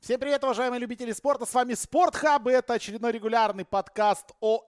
Всем привет, уважаемые любители спорта, с вами Спортхаб, и это очередной регулярный подкаст о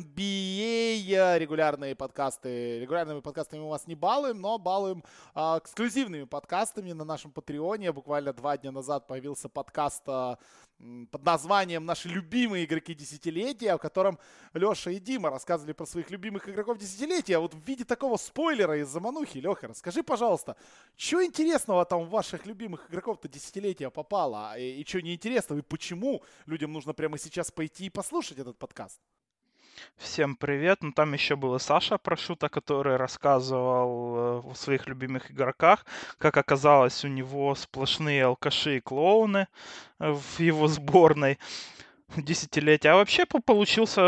NBA. Регулярными подкастами мы вас не балуем, но балуем эксклюзивными подкастами на нашем Патреоне. Буквально 2 дня назад появился подкаст под названием «Наши любимые игроки десятилетия», в котором Леша и Дима рассказывали про своих любимых игроков десятилетия. Вот в виде такого спойлера из заманухи, Леха, расскажи, пожалуйста, что интересного там в ваших любимых игроков-то десятилетия попало? И что неинтересного? И почему людям нужно прямо сейчас пойти и послушать этот подкаст? Всем привет. Ну, там еще был и Саша Прошута, который рассказывал о своих любимых игроках. Как оказалось, у него сплошные алкаши и клоуны в его сборной десятилетия. А вообще получился,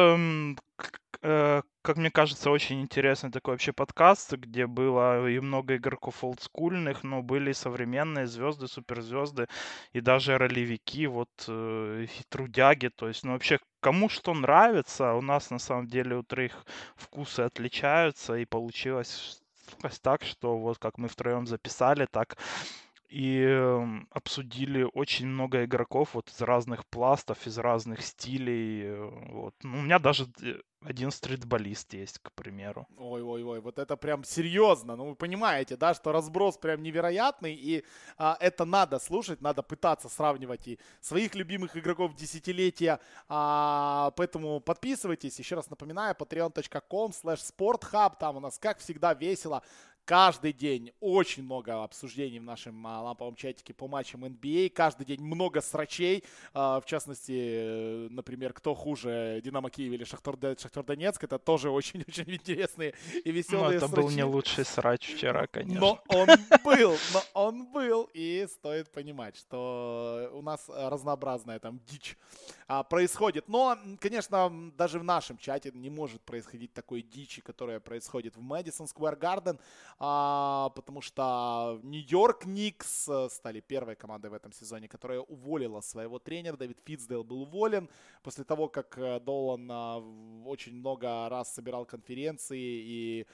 как мне кажется, очень интересный такой вообще подкаст, где было и много игроков олдскульных, но были и современные звезды, суперзвезды, и даже ролевики, вот, и трудяги. То есть, ну, вообще, кому что нравится, у нас на самом деле у троих вкусы отличаются, и получилось так, что вот как мы втроем записали, так и обсудили очень много игроков вот из разных пластов, из разных стилей. Вот. Ну, у меня даже один стритболист есть, к примеру. Ой-ой-ой, вот это прям серьезно. Ну, вы понимаете, да, что разброс прям невероятный, и это надо слушать, надо пытаться сравнивать и своих любимых игроков десятилетия. Поэтому подписывайтесь. Еще раз напоминаю, patreon.com/sporthub. Там у нас, как всегда, весело. Каждый день очень много обсуждений в нашем ламповом чатике по матчам NBA. Каждый день много срачей. В частности, например, кто хуже, Динамо Киев или Шахтер Донецк. Это тоже очень-очень интересные и Но веселые это был не срачи. лучший срач вчера, конечно. Но он был, и стоит понимать, что у нас разнообразная там дичь происходит. Но, конечно, даже в нашем чате не может происходить такой дичи, которая происходит в Мэдисон Сквер Гарден, потому что Нью-Йорк Никс стали первой командой в этом сезоне, которая уволила своего тренера. Дэвид Фитцдейл был уволен после того, как Долан очень много раз собирал конференции и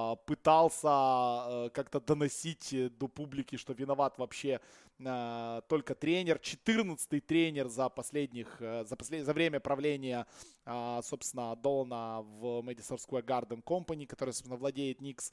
пытался как-то доносить до публики, что виноват вообще только тренер. 14-й тренер за время правления, собственно, Долана в Madison Square Garden Company, который, собственно, владеет Никс.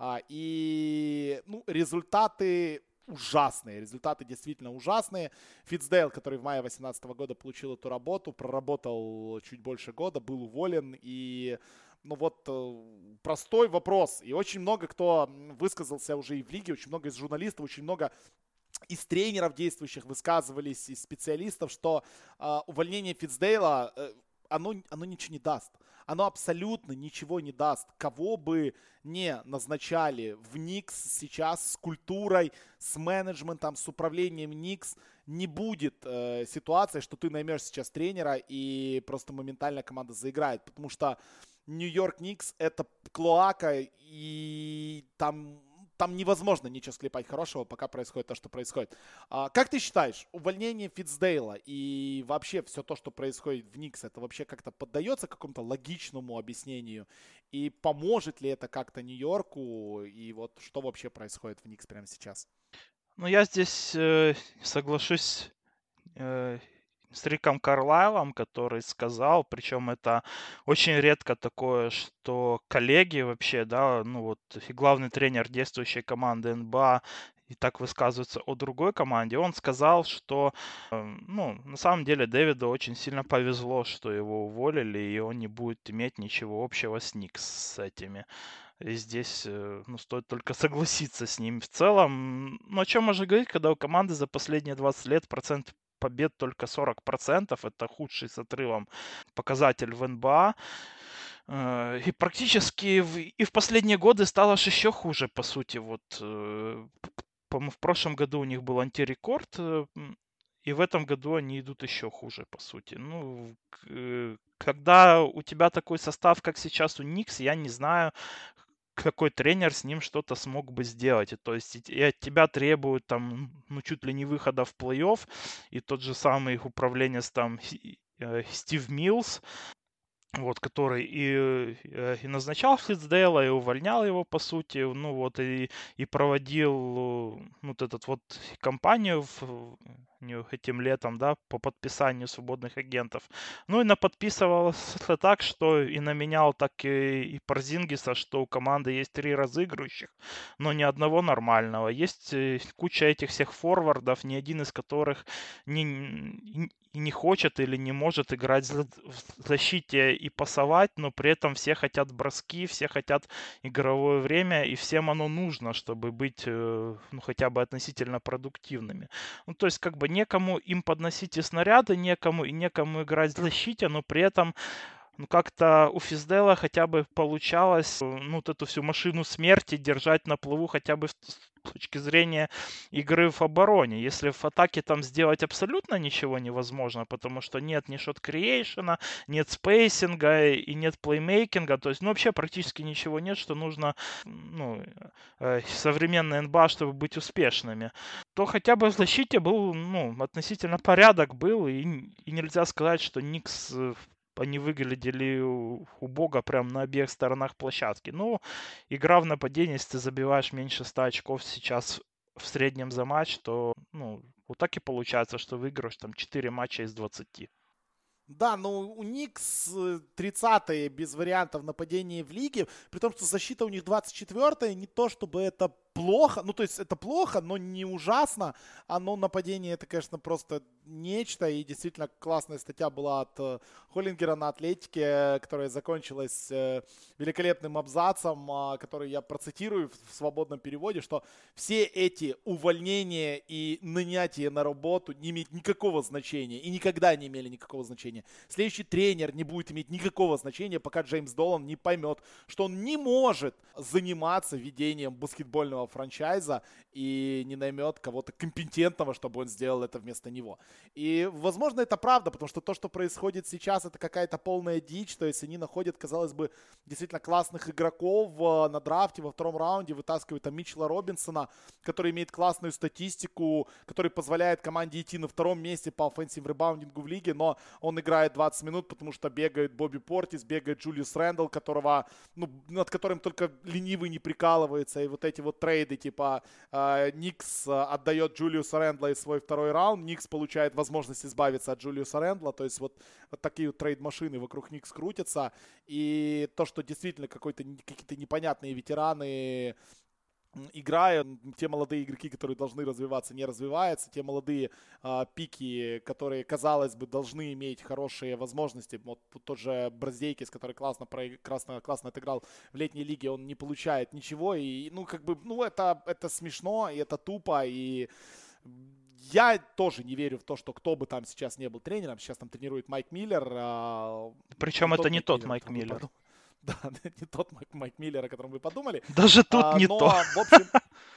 И, ну, результаты действительно ужасные. Фитцдейл, который в мае 2018 года получил эту работу, проработал чуть больше года, был уволен. И, ну вот, простой вопрос. И очень много кто высказался уже и в лиге, очень много из журналистов, очень много из тренеров действующих высказывались, из специалистов, что увольнение Фитцдейла, оно ничего не даст. Оно абсолютно ничего не даст. Кого бы не назначали в Никс сейчас с культурой, с менеджментом, с управлением Никс, не будет ситуации, что ты наймешь сейчас тренера и просто моментально команда заиграет. Потому что Нью-Йорк Никс это клоака, и там невозможно ничего склепать хорошего, пока происходит то, что происходит. Как ты считаешь, увольнение Фитцдейла и вообще все то, что происходит в Никс, это вообще как-то поддается какому-то логичному объяснению? И поможет ли это как-то Нью-Йорку? И вот что вообще происходит в Никс прямо сейчас? Ну, я здесь соглашусь с Риком Карлайлом, который сказал, причем это очень редко такое, что коллеги вообще, да, ну вот и главный тренер действующей команды НБА и так высказывается о другой команде, он сказал, что, ну, на самом деле Дэвиду очень сильно повезло, что его уволили, и он не будет иметь ничего общего с Никс, с этими. И здесь, ну, стоит только согласиться с ним. В целом, ну, о чем можно говорить, когда у команды за последние 20 лет процент побед только 40%, это худший с отрывом показатель в НБА. И практически и в последние годы стало аж еще хуже, по сути. Вот, по-моему, в прошлом году у них был антирекорд, и в этом году они идут еще хуже, по сути. Ну, когда у тебя такой состав, как сейчас у Никс, я не знаю, какой тренер с ним что-то смог бы сделать. И, то есть и от тебя требуют там, ну, чуть ли не выхода в плей-офф, и тот же самый их управленец там Стив Милс, вот, который и назначал Фитцдейла, и увольнял его, по сути, ну, вот, и проводил, ну, вот этот вот кампанию этим летом, да, по подписанию свободных агентов. Ну и наподписывалось так, что и наменял так и Порзингиса, что у команды есть 3 разыгрывающих, но ни одного нормального. Есть куча этих всех форвардов, ни один из которых не хочет или не может играть в защите и пасовать, но при этом все хотят броски, все хотят игровое время, и всем оно нужно, чтобы быть, ну, хотя бы относительно продуктивными. Ну, то есть, как бы некому им подносить и снаряды, некому играть в защите, но при этом ну, как-то у Физдела хотя бы получалось, ну, вот эту всю машину смерти держать на плаву хотя бы с точки зрения игры в обороне. Если в атаке там сделать абсолютно ничего невозможно, потому что нет ни шот-креейшена, нет спейсинга и нет плеймейкинга, то есть, ну, вообще практически ничего нет, что нужно, ну, современной НБА, чтобы быть успешными, то хотя бы в защите был, ну, относительно порядок был, и нельзя сказать, что Никс они выглядели убого прям на обеих сторонах площадки. Ну, игра в нападении, если ты забиваешь меньше 100 очков сейчас в среднем за матч, то, ну, вот так и получается, что выиграешь там 4 матча из 20. Да, но у Никс 30-е без вариантов нападения в лиге, при том, что защита у них 24-я, не то чтобы это плохо, ну то есть это плохо, но не ужасно, оно нападение это, конечно, просто нечто, и действительно классная статья была от Холлингера на Атлетике, которая закончилась великолепным абзацем, который я процитирую в свободном переводе, что все эти увольнения и нанятия на работу не имеют никакого значения и никогда не имели никакого значения. Следующий тренер не будет иметь никакого значения, пока Джеймс Долан не поймет, что он не может заниматься ведением баскетбольного франчайза и не наймет кого-то компетентного, чтобы он сделал это вместо него. И, возможно, это правда, потому что то, что происходит сейчас, это какая-то полная дичь. То есть они находят, казалось бы, действительно классных игроков на драфте во втором раунде, вытаскивают там Митчелла Робинсона, который имеет классную статистику, который позволяет команде идти на втором месте по офенсив ребаундингу в лиге, но он играет 20 минут, потому что бегает Бобби Портис, бегает Джулиус Рэндалл, которого, ну, над которым только ленивый не прикалывается, и вот эти вот трейды, типа Никс отдает Джулиуса Рэндла и свой второй раунд, Никс получает возможность избавиться от Джулиуса Рэндла, то есть вот такие вот трейд-машины вокруг Никс крутятся, и то, что действительно какие-то непонятные ветераны играют, те молодые игроки, которые должны развиваться, не развиваются, те молодые пики, которые, казалось бы, должны иметь хорошие возможности, вот тот же Браздейкис, который классно отыграл в летней лиге, он не получает ничего, и, ну, как бы, ну, это смешно, и это тупо, и я тоже не верю в то, что кто бы там сейчас не был тренером, сейчас там тренирует Майк Миллер. Причем это не тот Майк Миллер. Да, не тот Майк Миллер, о котором вы подумали. Даже тут не но, то. в общем,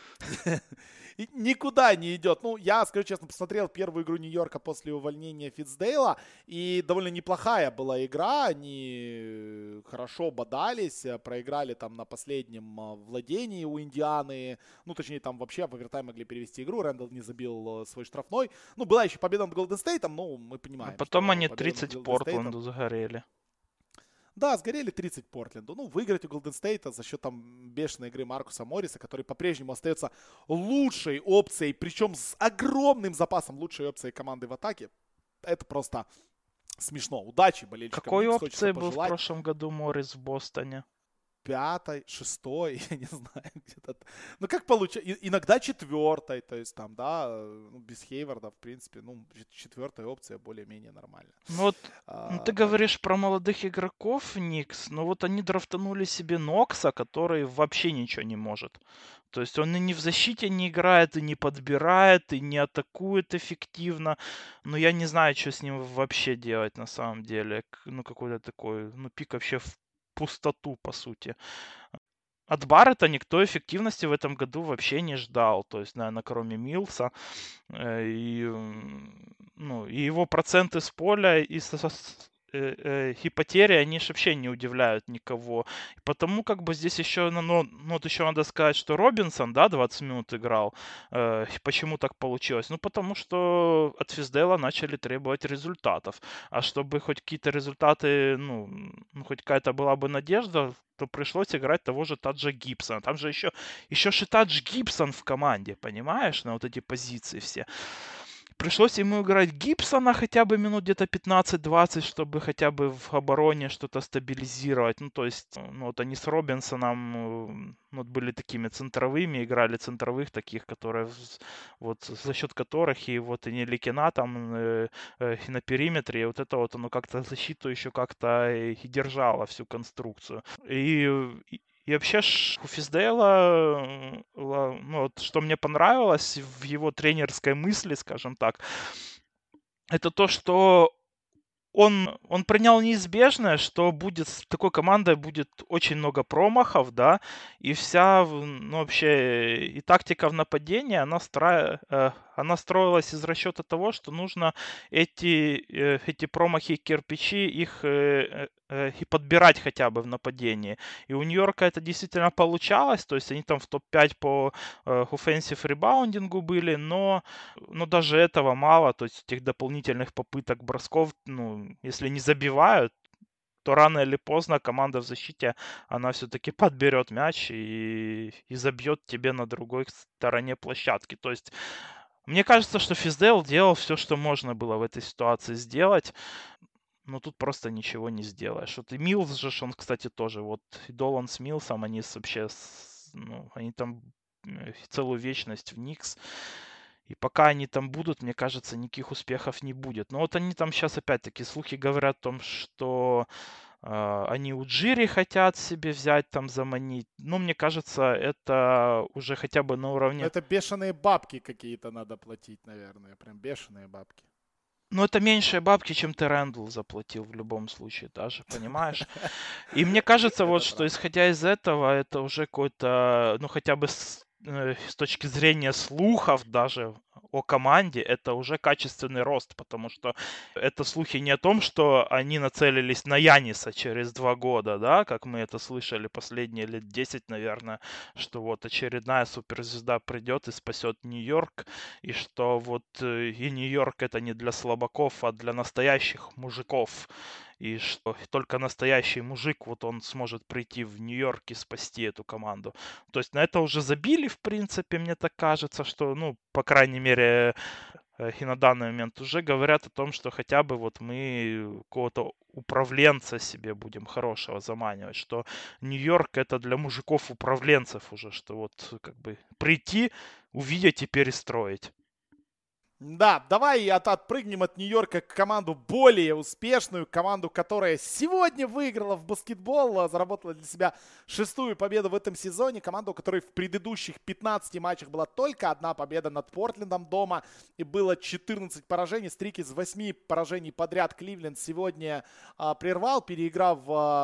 никуда не идет. Ну, я, скажу честно, посмотрел первую игру Нью-Йорка после увольнения Фитцдейла, и довольно неплохая была игра. Они хорошо бодались, проиграли там на последнем владении у Индианы. Ну, точнее, там вообще в овертайм могли перевести игру. Рэндалл не забил свой штрафной. Ну, была еще победа над Голден Стейтом, но мы понимаем. А потом они 30 Портленду загорели. Да, сгорели 30 Портленду. Ну, выиграть у Голден Стейта за счет там бешеной игры Маркуса Морриса, который по-прежнему остается лучшей опцией, причем с огромным запасом лучшей опцией команды в атаке. Это просто смешно. Удачи болельщикам. Какой опцией был в прошлом году Моррис в Бостоне? 5-й, 6-й, я не знаю, где-то. Ну, как получается, иногда 4-й, то есть там, да, ну, без Хейварда, в принципе, ну, 4-я опция более-менее нормальная. Ну, вот, ты говоришь про молодых игроков, Никс, но вот они драфтанули себе Нокса, который вообще ничего не может. То есть он и не в защите не играет, и не подбирает, и не атакует эффективно. Но я не знаю, что с ним вообще делать на самом деле. Ну, какой-то такой, ну, пик вообще в пустоту, по сути. От Баррета никто эффективности в этом году вообще не ждал. То есть, наверное, кроме Милса. И, ну, и его проценты с поля и и потери, они же вообще не удивляют никого. Потому как бы здесь еще, ну, вот еще надо сказать, что Робинсон, да, 20 минут играл. Почему так получилось? Ну, потому что от Физдейла начали требовать результатов. А чтобы хоть какие-то результаты, ну хоть какая-то была бы надежда, то пришлось играть того же Таджа Гибсона. Там же еще же Тадж Гибсон в команде, понимаешь, на вот эти позиции все. Пришлось ему играть Гибсона хотя бы минут где-то 15-20, чтобы хотя бы в обороне что-то стабилизировать. Ну, то есть, ну, вот они с Робинсоном вот были такими центровыми, играли центровых таких, которые вот за счет которых и вот и Неликина там и на периметре, и вот это вот оно как-то защиту еще как-то и держало всю конструкцию. И вообще у Физдейла, ну, вот, что мне понравилось в его тренерской мысли, скажем так, это то, что он принял неизбежное, что будет с такой командой будет очень много промахов, да, и вся, ну, вообще, и тактика в нападении, она строилась из расчета того, что нужно эти промахи, кирпичи, их и подбирать хотя бы в нападении. И у Нью-Йорка это действительно получалось, то есть они там в топ-5 по offensive ребаундингу были, но даже этого мало, то есть этих дополнительных попыток бросков, ну, если не забивают, то рано или поздно команда в защите, она все-таки подберет мяч и забьет тебе на другой стороне площадки. То есть мне кажется, что Физдейл делал все, что можно было в этой ситуации сделать, но тут просто ничего не сделаешь. Вот и Милс же, он, кстати, тоже, вот и Долан с Милсом, они вообще, ну, они там целую вечность в Никс. И пока они там будут, мне кажется, никаких успехов не будет. Но вот они там сейчас опять-таки слухи говорят о том, что они у Джири хотят себе взять, там заманить. Но мне кажется, это уже хотя бы на уровне... Это бешеные бабки какие-то надо платить, наверное. Прям бешеные бабки. Ну, это меньшие бабки, чем ты Рэндл заплатил в любом случае даже, понимаешь? И мне кажется, вот, что исходя из этого, это уже какой-то, ну, хотя бы с точки зрения слухов даже о команде, это уже качественный рост, потому что это слухи не о том, что они нацелились на Яниса через 2 года, да, как мы это слышали последние лет 10, наверное, что вот очередная суперзвезда придет и спасет Нью-Йорк, и что вот и Нью-Йорк это не для слабаков, а для настоящих мужиков. И что только настоящий мужик, вот он сможет прийти в Нью-Йорк и спасти эту команду. То есть на это уже забили, в принципе, мне так кажется, что, ну, по крайней мере, и на данный момент уже говорят о том, что хотя бы вот мы какого-то управленца себе будем хорошего заманивать, что Нью-Йорк это для мужиков-управленцев уже, что вот как бы прийти, увидеть и перестроить. Да, давай отпрыгнем от Нью-Йорка к команду более успешную, команду, которая сегодня выиграла в баскетбол, заработала для себя 6-ю победу в этом сезоне, команду, у которой в предыдущих 15 матчах была только одна победа над Портлендом дома и было 14 поражений, стрик из 8 поражений подряд Кливленд сегодня прервал, переиграв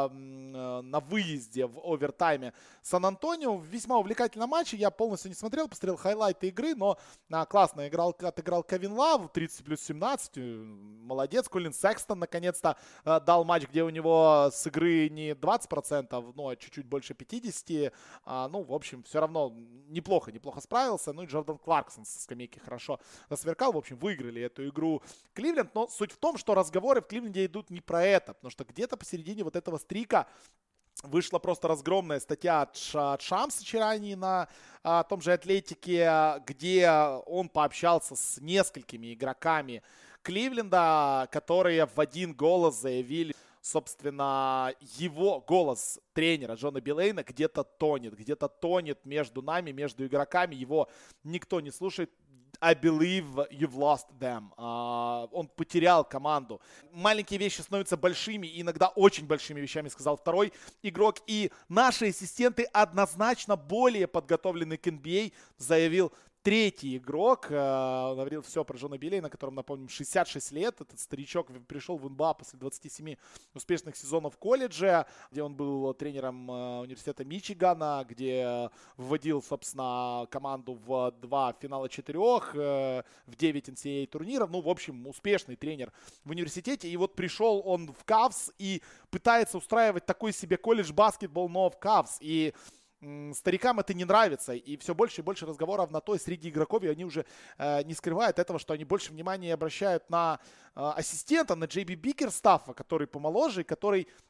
на выезде в овертайме Сан-Антонио. Весьма увлекательный матч, я полностью не смотрел, посмотрел хайлайты игры, но классно отыграл Кевин Лав, 30 плюс 17, молодец. Колин Секстон наконец-то дал матч, где у него с игры не 20%, но чуть-чуть больше 50%. Ну, в общем, все равно неплохо справился. Ну и Джордан Кларксон со скамейки хорошо засверкал. В общем, выиграли эту игру Кливленд. Но суть в том, что разговоры в Кливленде идут не про это, потому что где-то посередине вот этого стрика вышла просто разгромная статья от Шамса Чарани на том же Атлетике, где он пообщался с несколькими игроками Кливленда, которые в один голос заявили, собственно, его голос тренера Джона Билейна где-то тонет между нами, между игроками, его никто не слушает. I believe you've lost them. Он потерял команду. Маленькие вещи становятся большими, и иногда очень большими вещами, сказал второй игрок. И наши ассистенты однозначно более подготовлены к NBA, заявил третий игрок. Он говорил все про Джона Билейна, которому, напомним, 66 лет. Этот старичок пришел в НБА после 27 успешных сезонов в колледже, где он был тренером университета Мичигана, где вводил, собственно, команду в 2 финала 4, в 9 NCAA турниров. Ну, в общем, успешный тренер в университете. И вот пришел он в Кавс и пытается устраивать такой себе колледж баскетбол, но в Кавс. И старикам это не нравится, и все больше и больше разговоров на то среди игроков, и они уже не скрывают этого, что они больше внимания обращают на ассистента, на Джейби Бикерстаффа, который помоложе, и который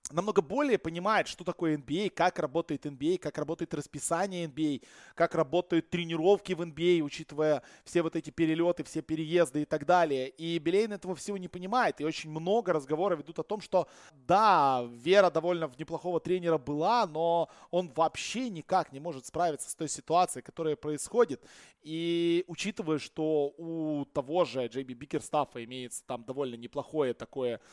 намного более понимает, что такое NBA, как работает NBA, как работает расписание NBA, как работают тренировки в NBA, учитывая все вот эти перелеты, все переезды и так далее. И Билейн этого всего не понимает. И очень много разговоров идут о том, что да, вера довольно в неплохого тренера была, но он вообще никак не может справиться с той ситуацией, которая происходит. И учитывая, что у того же Джей Би Бикерстаффа имеется там довольно неплохое такое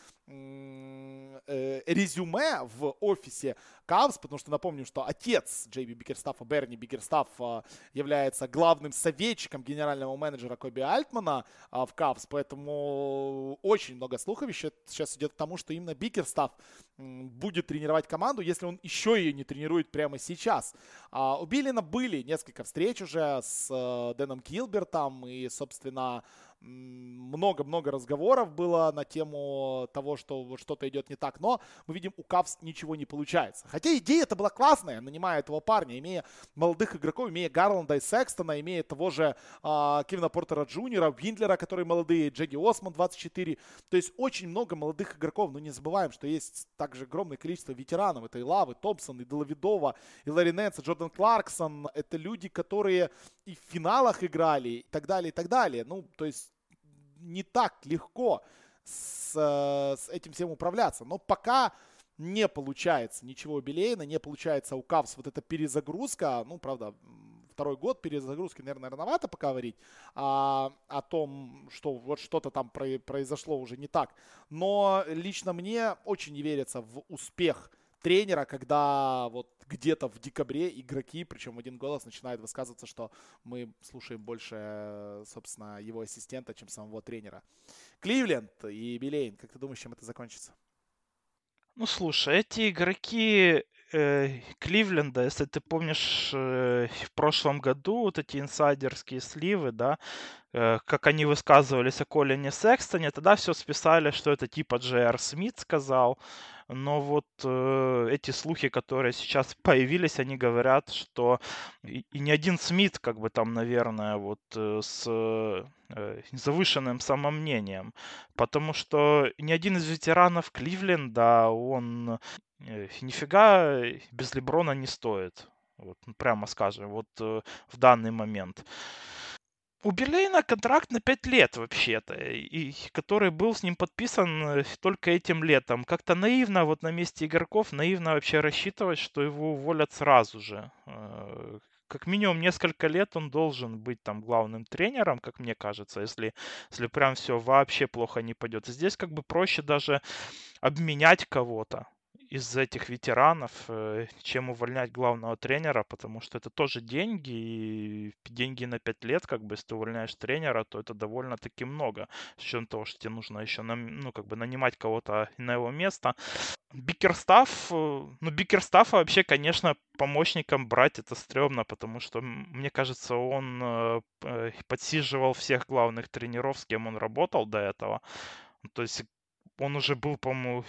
резюме в офисе Кавс, потому что напомню, что отец Джей Би Бикерстаффа, Берни Бикерстафф, является главным советчиком генерального менеджера Коби Альтмана в Кавс, поэтому очень много слухов еще сейчас идет к тому, что именно Бикерстафф будет тренировать команду, если он еще ее не тренирует прямо сейчас. У Биллина были несколько встреч уже с Дэном Килбертом и, собственно, много-много разговоров было на тему того, что что-то идет не так, но мы видим, у Кавс ничего не получается. Хотя идея это была классная, нанимая этого парня, имея молодых игроков, имея Гарланда и Секстона, имея того же Кевина Портера Джуниора, Виндлера, которые молодые, Джеги Осман 24. То есть очень много молодых игроков, но не забываем, что есть также огромное количество ветеранов. Это и Лавы, Томпсон, и Делавидова, и Ларри Нэнс, и Джордан Кларксон. Это люди, которые и в финалах играли, и так далее, и так далее. Ну, то есть не так легко с этим всем управляться. Но пока не получается ничего у Билейна, не получается у Кавс вот эта перезагрузка. Ну, правда, второй год перезагрузки, наверное, рановато пока говорить о том, что вот что-то там произошло уже не так. Но лично мне очень не верится в успех тренера, когда вот где-то в декабре игроки, причем в один голос, начинают высказываться, что мы слушаем больше, собственно, его ассистента, чем самого тренера. Кливленд и Билейн, как ты думаешь, чем это закончится? Ну, слушай, эти игроки Кливленда, если ты помнишь, в прошлом году вот эти инсайдерские сливы, да, как они высказывались о Колине Секстоне, тогда все списали, что это типа Джей.Р. Смит сказал. Но вот эти слухи, которые сейчас появились, они говорят, что и не один Смит, как бы там, наверное, вот с завышенным самомнением. Потому что ни один из ветеранов Кливленда, он нифига без Леброна не стоит. Вот, ну, прямо скажем, вот в данный момент. У Берлейна контракт на 5 лет вообще-то, и который был с ним подписан только этим летом. Как-то наивно, вот на месте игроков, наивно вообще рассчитывать, что его уволят сразу же. Как минимум несколько лет он должен быть там главным тренером, как мне кажется, если прям все вообще плохо не пойдет. Здесь как бы проще даже обменять кого-то из этих ветеранов, чем увольнять главного тренера, потому что это тоже деньги, и деньги на 5 лет, как бы, если ты увольняешь тренера, то это довольно-таки много, с учетом того, что тебе нужно еще, ну, как бы, нанимать кого-то на его место. Бикерстафф, ну, Бикерстаффа вообще, конечно, помощником брать это стрёмно, потому что, мне кажется, он подсиживал всех главных тренеров, с кем он работал до этого. То есть он уже был, по-моему,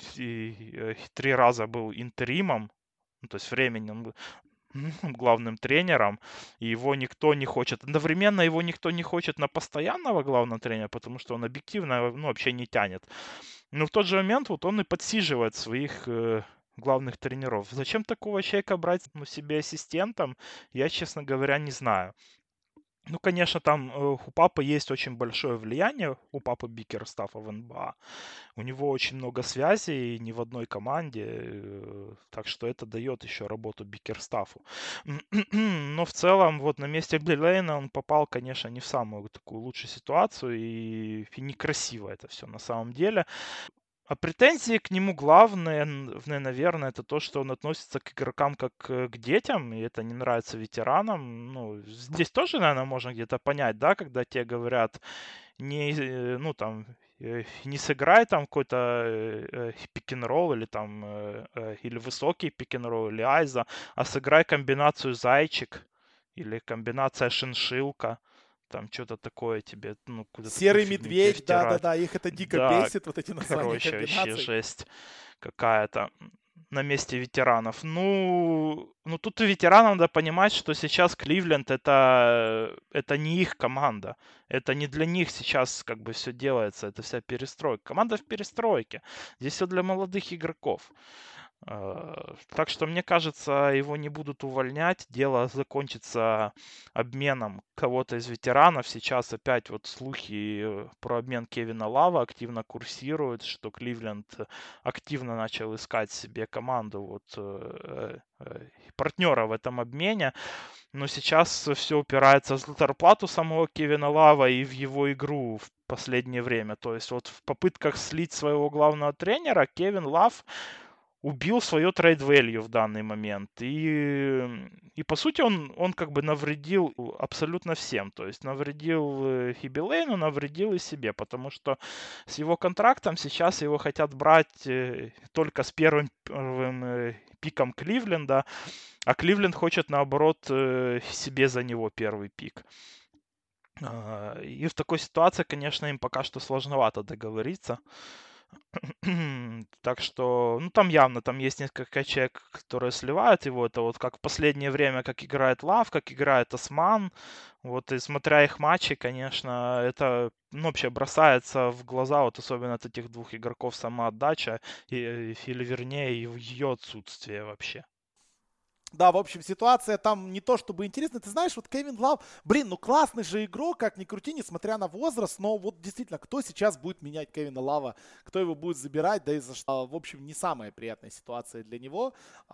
3 раза был интеримом, ну, то есть временным главным тренером, и его никто не хочет. Одновременно его никто не хочет на постоянного главного тренера, потому что он объективно, ну, вообще не тянет. Но в тот же момент вот он и подсиживает своих главных тренеров. Зачем такого человека брать, ну, себе ассистентом, я, честно говоря, не знаю. Ну, конечно, там у папы есть очень большое влияние, у папы Бикерстаффа в НБА. У него очень много связей ни в одной команде, так что это дает еще работу Бикерстаффу. Но в целом, вот на месте Билейна он попал, конечно, не в самую такую лучшую ситуацию, и некрасиво это все на самом деле. А претензии к нему главные, наверное, это то, что он относится к игрокам как к детям, и это не нравится ветеранам. Ну, здесь тоже, наверное, можно где-то понять, да, когда тебе говорят, не, ну, там, не сыграй там какой-то пик-н-ролл или там, или высокий пик-н-ролл, или айза, а сыграй комбинацию зайчик или комбинация шиншилка. Там что-то такое тебе, ну, куда такую Серый фигню тебе медведь, втирать. да-да-да, их это дико Да, бесит, вот эти названия короче, вообще комбинаций. жесть какая-то на месте ветеранов. Ну тут и ветеранам надо понимать, что сейчас Кливленд это не их команда. Это не для них сейчас как бы все делается, это вся перестройка. Команда в перестройке. Здесь все для молодых игроков. Так что, мне кажется, его не будут увольнять. Дело закончится обменом кого-то из ветеранов. Сейчас опять вот слухи про обмен Кевина Лава активно курсируют, что Кливленд активно начал искать себе команду, партнера в этом обмене. Но сейчас все упирается в зарплату самого Кевина Лава и в его игру в последнее время. То есть вот в попытках слить своего главного тренера Кевин Лав убил свое trade value в данный момент. И по сути он как бы навредил абсолютно всем. То есть навредил Хибилейну, навредил и себе. Потому что с его контрактом сейчас его хотят брать только с первым пиком Кливленда. А Кливленд хочет, наоборот, себе за него первый пик. И в такой ситуации, конечно, им пока что сложновато договориться. Так что, ну, там явно, там есть несколько человек, которые сливают его. Это вот как в последнее время, как играет Лав, как играет Осман. Вот, и смотря их матчи, конечно, это, ну, вообще бросается в глаза, вот особенно от этих двух игроков самоотдача, или вернее, ее отсутствие вообще. Да, в общем, ситуация там не то чтобы интересная. Ты знаешь, вот Кевин Лав, блин, ну классный же игрок, как ни крути, несмотря на возраст, но вот действительно, кто сейчас будет менять Кевина Лава, кто его будет забирать, да и за что, в общем, не самая приятная ситуация для него,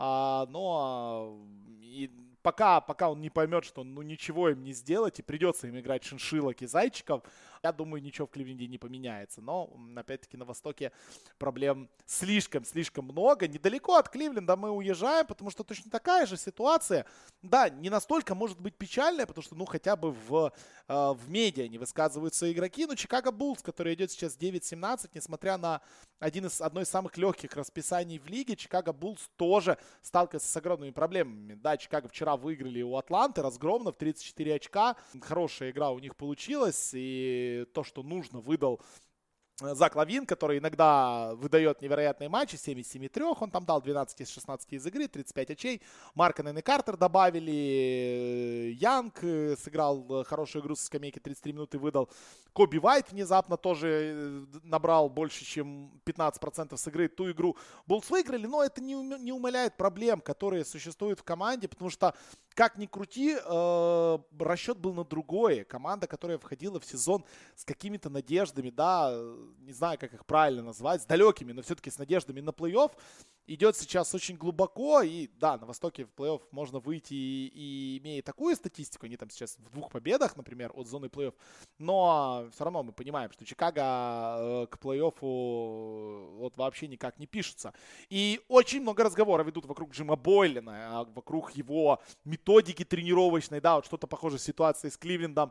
и пока он не поймет, что ну ничего им не сделать и придется им играть шиншиллок и зайчиков, я думаю, ничего в Кливленде не поменяется. Но, опять-таки, на Востоке проблем слишком много. Недалеко от Кливленда мы уезжаем, потому что точно такая же ситуация. Да, не настолько может быть печальная, потому что, ну, хотя бы в медиа не высказываются игроки. Но Чикаго Буллс, который идет сейчас 9-17, несмотря на одно из самых легких расписаний в лиге, Чикаго Буллс тоже сталкивается с огромными проблемами. Да, Чикаго вчера выиграли у Атланты разгромно в 34 очка. Хорошая игра у них получилась, и то, что нужно, выдал Зак Лавин, который иногда выдает невероятные матчи, 7 из 7 трех, он там дал 12 из 16 из игры, 35 очей. Марканен и Картер добавили, Янг сыграл хорошую игру со скамейки, 33 минуты выдал. Коби Вайт внезапно тоже набрал больше, чем 15% с игры. Ту игру Буллс выиграли, но это не умаляет проблем, которые существуют в команде, потому что, как ни крути, расчет был на другое. Команда, которая входила в сезон с какими-то надеждами, да, не знаю, как их правильно назвать, с далекими, но все-таки с надеждами на плей-офф, идет сейчас очень глубоко, и да, на Востоке в плей-офф можно выйти и имея такую статистику, они там сейчас в 2 победах, например, от зоны плей-офф, но все равно мы понимаем, что Чикаго к плей-оффу вот вообще никак не пишется. И очень много разговоров ведут вокруг Джима Бойлина, вокруг его методики тренировочной, да, вот что-то похожее ситуации с Кливлендом,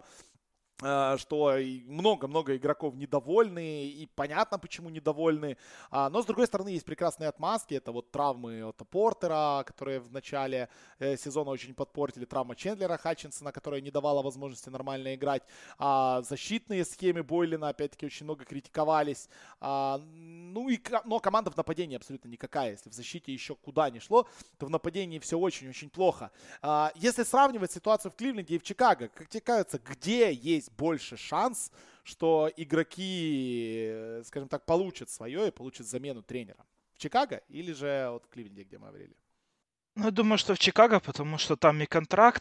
что много-много игроков недовольны, и понятно, почему недовольны. Но, с другой стороны, есть прекрасные отмазки. Это вот травмы от Портера, которые в начале сезона очень подпортили, травма Чендлера Хатчинсона, которая не давала возможности нормально играть. Защитные схемы Бойлина, опять-таки, очень много критиковались. Но команда в нападении абсолютно никакая. Если в защите еще куда ни шло, то в нападении все очень-очень плохо. Если сравнивать ситуацию в Кливленде и в Чикаго, как тебе кажется, где есть больше шанс, что игроки, скажем так, получат свое и получат замену тренера? В Чикаго или же вот в Кливленде, где мы говорили? Ну, я думаю, что в Чикаго, потому что там и контракт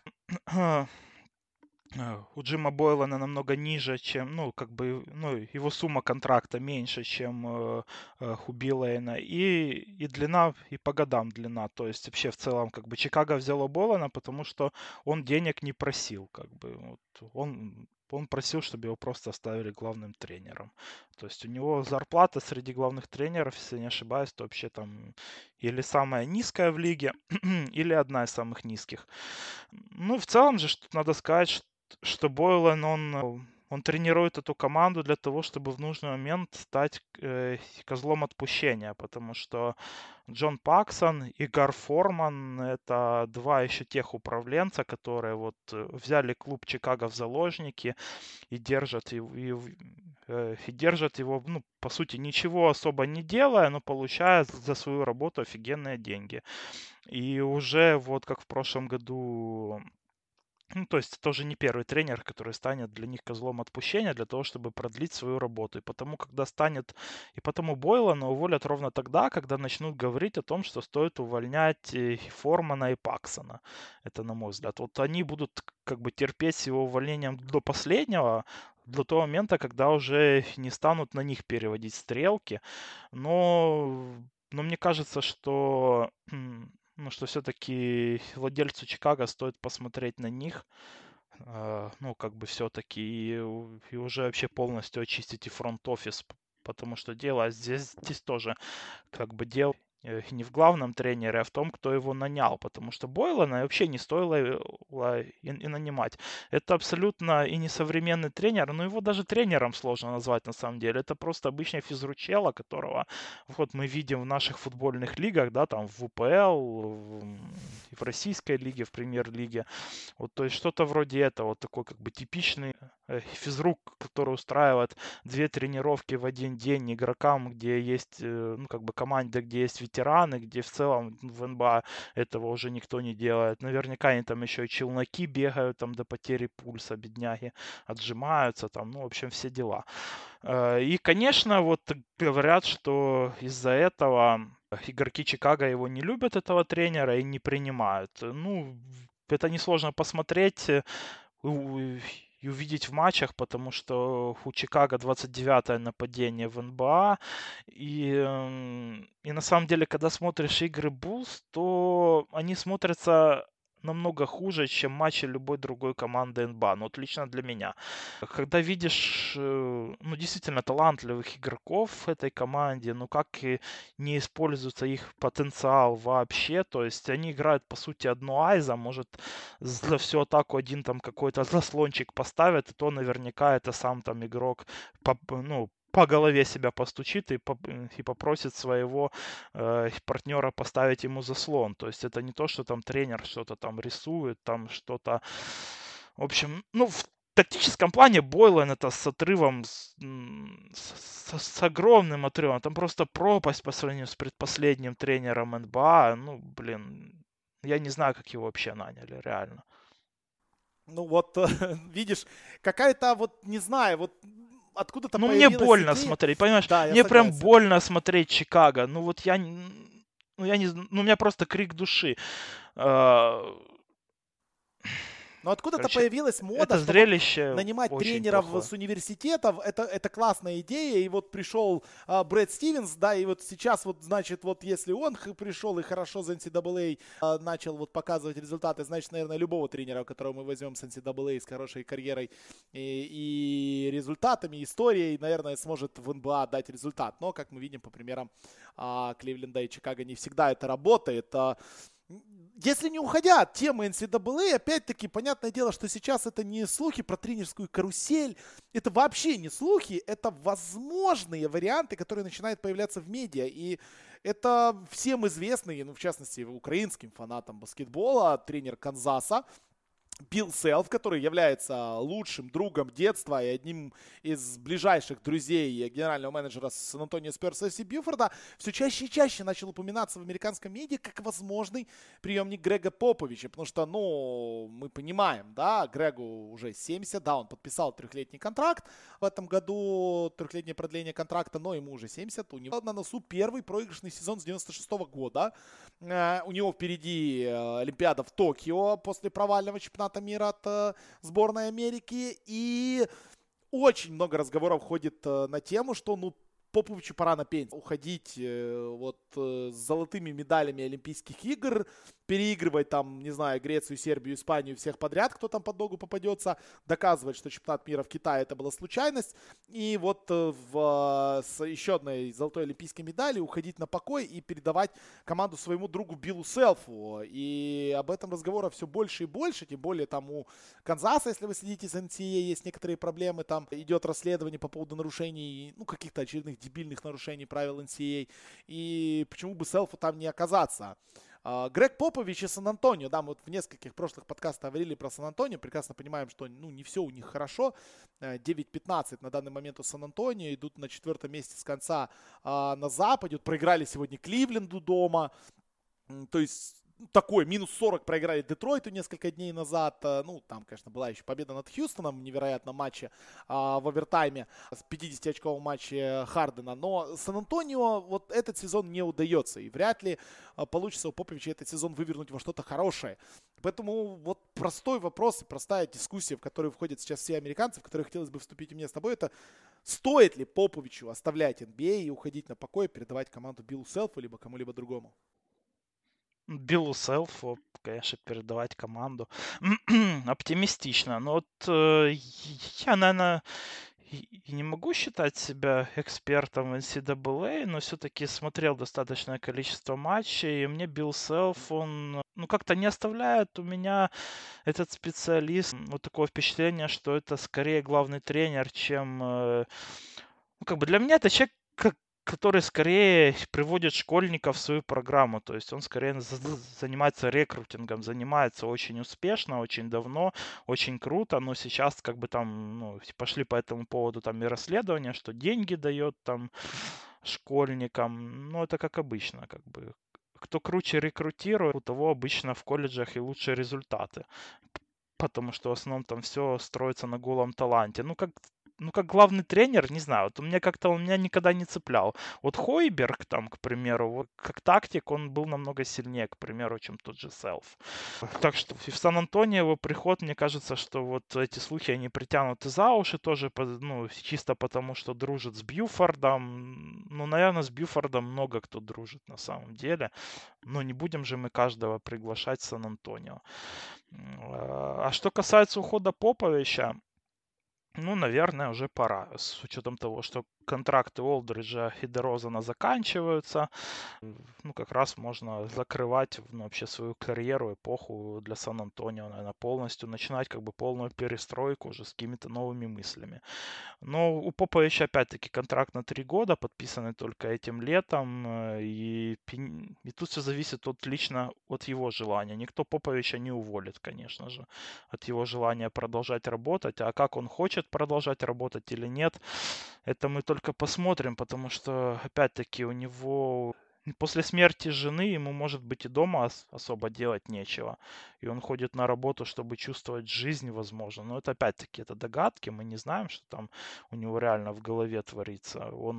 у Джима Бойлана намного ниже, чем, ну, как бы, ну, его сумма контракта меньше, чем у Биллейна, и длина, и по годам длина, то есть вообще в целом, как бы, Чикаго взяло Бойлана, потому что он денег не просил, как бы, вот, он просил, чтобы его просто оставили главным тренером. То есть у него зарплата среди главных тренеров, если не ошибаюсь, то вообще там или самая низкая в лиге, или одна из самых низких. Ну, в целом же, что надо сказать, что Бойлен, он тренирует эту команду для того, чтобы в нужный момент стать козлом отпущения, потому что Джон Паксон и Гар Форман — это два еще тех управленца, которые вот взяли клуб Чикаго в заложники и держат его, ну, по сути, ничего особо не делая, но получая за свою работу офигенные деньги. И уже вот как в прошлом году Ну, то есть тоже не первый тренер, который станет для них козлом отпущения для того, чтобы продлить свою работу. И потому Бойлана уволят ровно тогда, когда начнут говорить о том, что стоит увольнять Формана и Паксона. Это, на мой взгляд. Вот они будут как бы терпеть с его увольнением до последнего, до того момента, когда уже не станут на них переводить стрелки. Но мне кажется, что ну, что все-таки владельцу Чикаго стоит посмотреть на них, ну, как бы все-таки и уже вообще полностью очистить и фронт-офис, потому что дело здесь тоже как бы дело не в главном тренере, а в том, кто его нанял, потому что Бойлана вообще не стоило и нанимать. Это абсолютно и несовременный тренер, но его даже тренером сложно назвать на самом деле. Это просто обычный физручело, которого вот мы видим в наших футбольных лигах, да, там в УПЛ, в российской лиге, в премьер-лиге. Вот, то есть что-то вроде этого, вот такой как бы типичный физрук, который устраивает 2 тренировки в один день игрокам, где есть, ну, как бы команде, где есть ветераны, где в целом в НБА этого уже никто не делает. Наверняка они там еще и челноки бегают там до потери пульса, бедняги, отжимаются там, ну, в общем, все дела. И, конечно, вот говорят, что из-за этого игроки Чикаго его не любят, этого тренера, и не принимают. Ну, это несложно посмотреть и увидеть в матчах, потому что у Чикаго 29-е нападение в НБА. И на самом деле, когда смотришь игры Буллс, то они смотрятся намного хуже, чем матчи любой другой команды НБА. Ну, вот лично для меня. Когда видишь, ну, действительно талантливых игроков в этой команде, ну, как и не используется их потенциал вообще, то есть они играют, по сути, одно айза, может, за всю атаку один там какой-то заслончик поставит, и то наверняка это сам там игрок, ну, по голове себя постучит и попросит своего партнера поставить ему заслон. То есть это не то, что там тренер что-то там рисует, там что-то... В общем, ну, в тактическом плане Бойлен это с отрывом, с огромным отрывом. Там просто пропасть по сравнению с предпоследним тренером НБА. Ну, блин, я не знаю, как его вообще наняли, реально. Ну вот, видишь, какая-то вот, не знаю, вот откуда-то Ну, мне появилась больно идея. смотреть, понимаешь? Да, я Мне прям согласен. больно смотреть Чикаго. Ну, вот ну, я не знаю, ну, у меня просто крик души. А, Но откуда-то Короче, появилась мода, это что вот зрелище нанимать очень тренеров плохое. с университетов, это классная идея. И вот пришел Брэд Стивенс, да, и вот сейчас вот, значит, вот если он пришел и хорошо за NCAA начал вот показывать результаты, значит, наверное, любого тренера, которого мы возьмем с NCAA, с хорошей карьерой и результатами, историей, наверное, сможет в НБА дать результат. Но, как мы видим по примерам Кливленда и Чикаго, не всегда это работает. Если не уходя от темы NCAA, опять-таки, понятное дело, что сейчас это не слухи про тренерскую карусель, это вообще не слухи, это возможные варианты, которые начинают появляться в медиа. И это всем известный, ну, в частности, украинским фанатам баскетбола, тренер Канзаса, Билл Селф, который является лучшим другом детства и одним из ближайших друзей генерального менеджера Сан-Антонио Спёрс Эфси Бьюфорда, все чаще и чаще начал упоминаться в американском медиа как возможный преемник Грега Поповича, потому что, ну, мы понимаем, да, Грегу уже 70, да, он подписал трехлетний контракт в этом году, трехлетнее продление контракта, но ему уже 70, у него на носу первый проигрышный сезон с 96 года, у него впереди Олимпиада в Токио после провального чемпионата мира от сборной Америки. И очень много разговоров ходит на тему, что, ну, Поповичу пора на пенсию. Уходить с золотыми медалями Олимпийских игр, переигрывать там, не знаю, Грецию, Сербию, Испанию, всех подряд, кто там под ногу попадется, доказывать, что чемпионат мира в Китае это была случайность. И вот с еще одной золотой олимпийской медали уходить на покой и передавать команду своему другу Биллу Селфу. И об этом разговоров все больше и больше, тем более там у Канзаса, если вы следите за NCAA, есть некоторые проблемы, там идет расследование по поводу нарушений, ну, каких-то очередных дебильных нарушений правил NCAA, и почему бы Селфу там не оказаться. Грег Попович и Сан-Антонио, да, мы вот в нескольких прошлых подкастах говорили про Сан-Антонио, прекрасно понимаем, что, ну, не все у них хорошо, 9-15 на данный момент у Сан-Антонио, идут на 4-м месте с конца на западе, вот проиграли сегодня Кливленду дома, то есть такой, минус 40 проиграли Детройту несколько дней назад. Ну, там, конечно, была еще победа над Хьюстоном в невероятном матче в овертайме, с 50-очковом матче Хардена. Но Сан-Антонио вот этот сезон не удается. И вряд ли получится у Поповича этот сезон вывернуть во что-то хорошее. Поэтому вот простой вопрос и простая дискуссия, в которую входят сейчас все американцы, в которой хотелось бы вступить у меня с тобой, это стоит ли Поповичу оставлять NBA и уходить на покой, передавать команду Биллу Селфу либо кому-либо другому? Биллу Селфу, конечно, передавать команду. Оптимистично. Но вот я, наверное, и не могу считать себя экспертом в NCAA, но все-таки смотрел достаточное количество матчей, и мне Билл Селф, он, ну, как-то не оставляет у меня этот специалист вот такое впечатление, что это скорее главный тренер, чем... Ну, как бы для меня это человек, который скорее приводит школьников в свою программу. То есть он скорее занимается рекрутингом, занимается очень успешно, очень давно, очень круто, но сейчас как бы там, ну, пошли по этому поводу там и расследования, что деньги дает там школьникам. Ну, это как обычно, как бы. Кто круче рекрутирует, у того обычно в колледжах и лучшие результаты. Потому что в основном там все строится на голом таланте. Ну, как главный тренер, не знаю, вот у меня как-то он меня никогда не цеплял. Вот Хойберг там, к примеру, вот как тактик он был намного сильнее, к примеру, чем тот же Селф. Так что в Сан-Антонио его приход, мне кажется, что вот эти слухи, они притянуты за уши тоже, ну, чисто потому, что дружит с Бьюфордом. Ну, наверное, с Бьюфордом много кто дружит на самом деле. Но не будем же мы каждого приглашать в Сан-Антонио. А что касается ухода Поповича, ну, наверное, уже пора. С учетом того, что контракты Олдриджа и Дерозана заканчиваются, ну, как раз можно закрывать, ну, вообще свою карьеру, эпоху для Сан-Антонио, наверное, полностью начинать как бы полную перестройку уже с какими-то новыми мыслями. Но у Поповича, опять-таки, контракт на 3 года, подписанный только этим летом, и тут все зависит лично от его желания. Никто Поповича не уволит, конечно же, от его желания продолжать работать. А как он хочет продолжать работать или нет, это мы только посмотрим, потому что, опять-таки, у него после смерти жены ему, может быть, и дома особо делать нечего. И он ходит на работу, чтобы чувствовать жизнь, возможно. Но это, опять-таки, это догадки. Мы не знаем, что там у него реально в голове творится. Он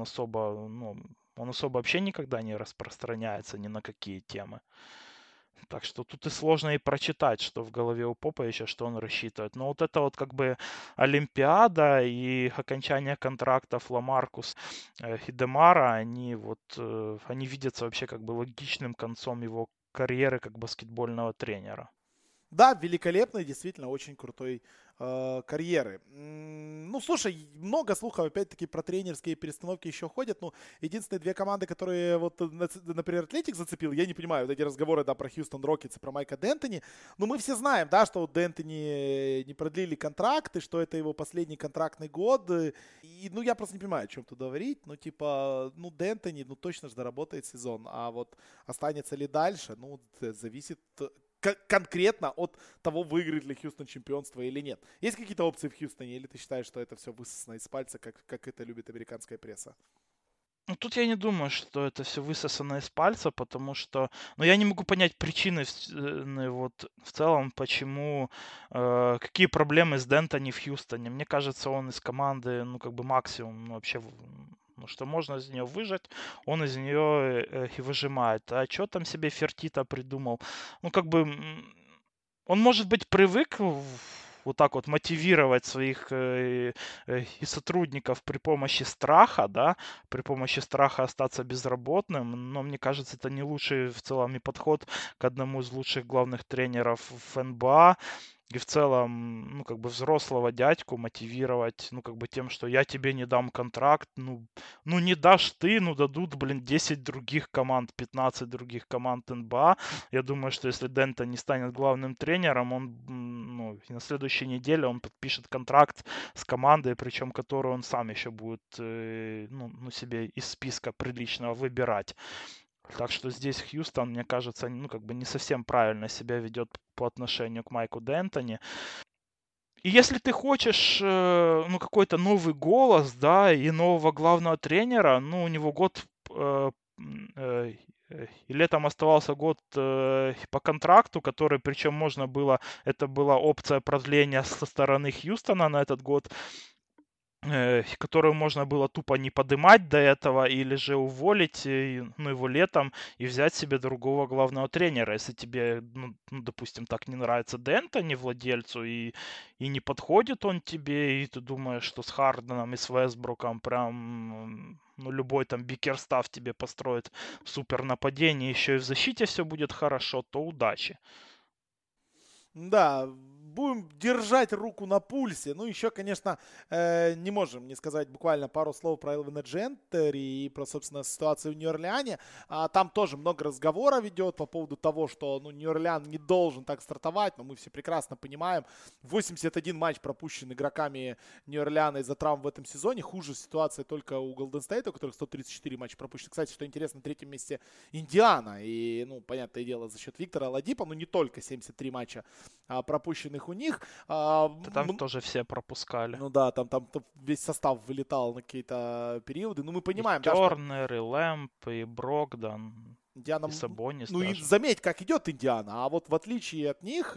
особо вообще никогда не распространяется ни на какие темы. Так что тут и сложно и прочитать, что в голове у Поповича, что он рассчитывает. Но вот это вот как бы Олимпиада и окончание контрактов Ламаркус и Демара, они видятся вообще как бы логичным концом его карьеры как баскетбольного тренера. Да, великолепной, действительно, очень крутой карьеры. Ну, слушай, много слухов, опять-таки, про тренерские перестановки еще ходят. Ну, единственные две команды, которые, вот, например, Атлетик зацепил, я не понимаю, вот эти разговоры, да, про Хьюстон Рокетс и про Майка Д'Антони. Но мы все знаем, да, что у Д'Антони не продлили контракт, и что это его последний контрактный год. И, ну, я просто не понимаю, о чем тут говорить. Ну, типа, ну, Д'Антони, ну, точно же доработает сезон. А вот останется ли дальше, ну, зависит конкретно от того, выиграет ли Хьюстон чемпионство или нет. Есть какие-то опции в Хьюстоне, или ты считаешь, что это все высосано из пальца, как это любит американская пресса? Ну, тут я не думаю, что это все высосано из пальца, потому что, ну, я не могу понять причины вот в целом, почему, какие проблемы с Д'Антони в Хьюстоне. Мне кажется, он из команды, ну, как бы максимум, ну, вообще, ну, что можно из нее выжать, он из нее и выжимает. А что там себе Фертита придумал? Ну, как бы, он, может быть, привык вот так вот мотивировать своих и сотрудников при помощи страха, да, при помощи страха остаться безработным, но мне кажется, это не лучший в целом и подход к одному из лучших главных тренеров в НБА. И в целом, ну, как бы взрослого дядьку мотивировать, ну, как бы тем, что я тебе не дам контракт, ну не дашь ты, ну, дадут, блин, 10 других команд, 15 других команд НБА. Я думаю, что если Дента не станет главным тренером, он, ну, на следующей неделе он подпишет контракт с командой, причем которую он сам еще будет, ну, себе из списка приличного выбирать. Так что здесь Хьюстон, мне кажется, ну, как бы не совсем правильно себя ведет по отношению к Майку Д'Антони. И если ты хочешь, ну, какой-то новый голос, да, и нового главного тренера, ну, у него год и летом оставался год по контракту, который, причем можно было, это была опция продления со стороны Хьюстона на этот год, которую можно было тупо не подымать до этого или же уволить, ну, его летом и взять себе другого главного тренера. Если тебе, ну, допустим, так не нравится Д'Энтони, владельцу, и не подходит он тебе, и ты думаешь, что с Харденом и с Вестбруком прям, ну, любой там Бикерстаф тебе построит супер нападение, еще и в защите все будет хорошо, то удачи. Да, будем держать руку на пульсе. Ну, еще, конечно, не можем не сказать буквально пару слов про Элвина Джентери и про, собственно, ситуацию в Нью-Орлеане. Там тоже много разговоров идет по поводу того, что, ну, Нью-Орлеан не должен так стартовать, но мы все прекрасно понимаем. 81 матч пропущен игроками Нью-Орлеана из-за травм в этом сезоне. Хуже ситуация только у Голден Стейта, у которых 134 матча пропущено. Кстати, что интересно, на третьем месте Индиана. И, ну, понятное дело, за счет Виктора Оладипа, но не только 73 матча пропущенных у них. Да там тоже все пропускали. Ну да, там весь состав вылетал на какие-то периоды. Ну мы И понимаем, да, что Тернер, и Лэмп, и Брогдан, Индиана, и Сабонис ну и даже. заметь, как идет Индиана. А вот в отличие от них,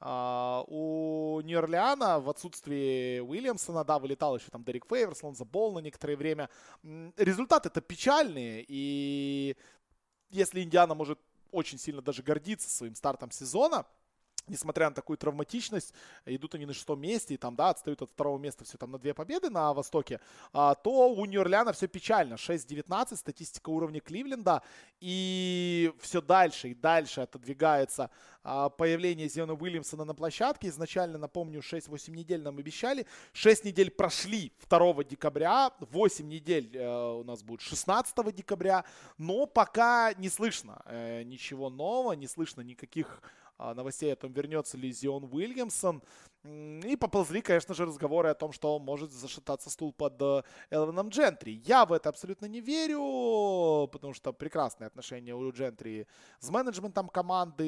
у Нью-Орлеана в отсутствии Уильямсона, да, вылетал еще там Дерек Фейверс, Лонзо Болл на некоторое время. Результаты-то печальные. И если Индиана может очень сильно даже гордиться своим стартом сезона, несмотря на такую травматичность, идут они на шестом месте, и там, да, отстают от второго места все там на 2 победы на Востоке, то у Нью-Орлеана все печально. 6-19, статистика уровня Кливленда, и все дальше и дальше отодвигается появление Зиона Уильямсона на площадке. Изначально, напомню, 6-8 недель нам обещали. 6 недель прошли 2 декабря, 8 недель у нас будет 16 декабря, но пока не слышно ничего нового, не слышно никаких новостей о том, вернется ли Зион Уильямсон. И поползли, конечно же, разговоры о том, что может зашататься стул под Элвином Джентри. Я в это абсолютно не верю, потому что прекрасные отношения у Джентри с менеджментом команды,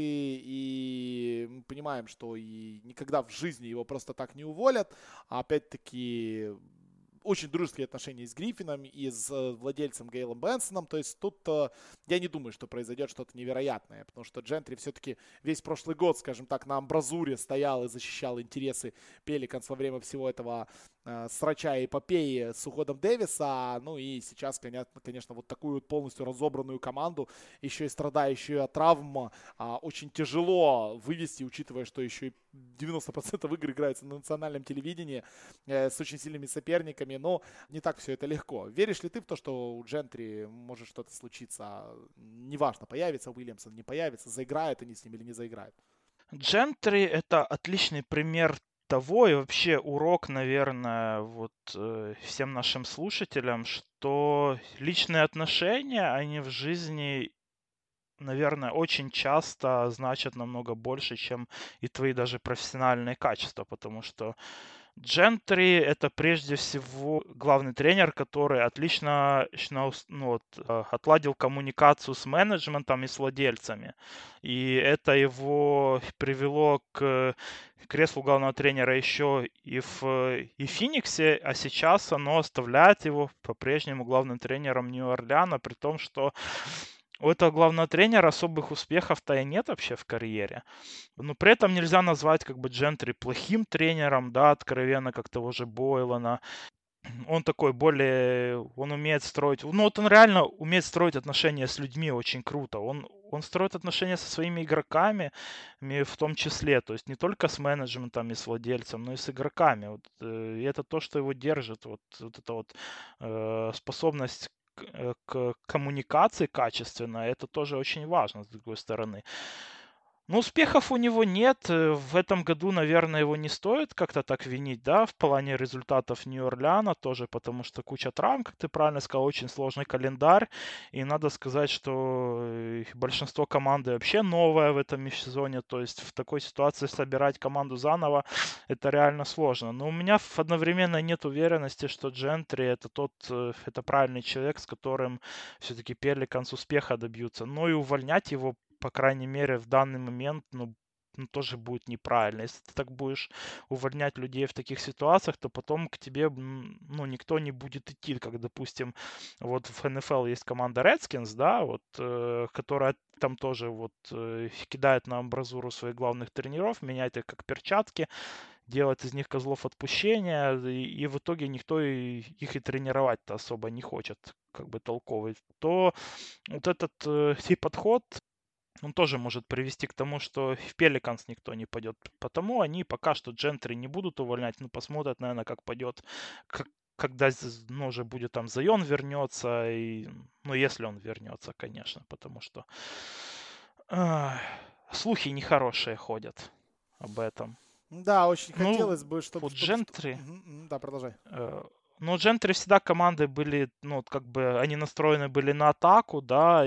и мы понимаем, что и никогда в жизни его просто так не уволят. А опять-таки очень дружеские отношения и с Гриффином, и с владельцем Гейлом Бенсоном. То есть тут я не думаю, что произойдет что-то невероятное, потому что Джентри все-таки весь прошлый год, скажем так, на амбразуре стоял и защищал интересы Пеликанс во время всего этого срача и эпопеи с уходом Дэвиса. Ну и сейчас, конечно, вот такую вот полностью разобранную команду, еще и страдающую от травм, очень тяжело вывести, учитывая, что еще и 90% игр играются на национальном телевидении с очень сильными соперниками, но не так все это легко. Веришь ли ты в то, что у Джентри может что-то случиться? Неважно, появится Уильямсон, не появится, заиграют они с ним или не заиграют. Джентри — это отличный пример того, и вообще урок, наверное, вот всем нашим слушателям, что личные отношения, они в жизни, наверное, очень часто значат намного больше, чем и твои даже профессиональные качества, потому что Джентри — это прежде всего главный тренер, который отлично ну, вот, отладил коммуникацию с менеджментом и с владельцами. И это его привело к креслу главного тренера еще и в Фениксе, а сейчас оно оставляет его по-прежнему главным тренером Нью-Орлеана, при том, что у этого главного тренера особых успехов-то и нет вообще в карьере. Но при этом нельзя назвать как бы Джентри плохим тренером, да, откровенно, как того же Бойлана. Он такой более, он умеет строить, ну вот он реально умеет строить отношения с людьми очень круто. Он строит отношения со своими игроками, в том числе, то есть не только с менеджментом и с владельцем, но и с игроками. Вот, и это то, что его держит, вот эта вот способность к коммуникации качественно, это тоже очень важно, с другой стороны. Но успехов у него нет. В этом году, наверное, его не стоит как-то так винить, да, в плане результатов Нью-Орлеана тоже, потому что куча травм, как ты правильно сказал, очень сложный календарь. И надо сказать, что большинство команды вообще новое в этом межсезонье, то есть в такой ситуации собирать команду заново, это реально сложно. Но у меня одновременно нет уверенности, что Джентри это правильный человек, с которым все-таки Пеликанс успеха добьются. Но и увольнять его по крайней мере, в данный момент, ну, тоже будет неправильно. Если ты так будешь увольнять людей в таких ситуациях, то потом к тебе, ну, никто не будет идти, как, допустим, вот в НФЛ есть команда Redskins, да, вот, которая там тоже вот кидает на амбразуру своих главных тренеров, меняет их как перчатки, делать из них козлов отпущения, и в итоге никто их и тренировать-то особо не хочет, как бы толковый, то вот этот подход, он тоже может привести к тому, что в Пеликанс никто не пойдет. Потому они пока что Джентри не будут увольнять, ну, посмотрят, наверное, как пойдет, когда, ну, уже будет там Зайон вернется, и, ну, если он вернется, конечно, потому что слухи нехорошие ходят об этом. Да, очень Ну, хотелось бы, чтобы... вот Джентри, Да, продолжай. ну, Джентри всегда команды были, ну, вот как бы они настроены были на атаку, да,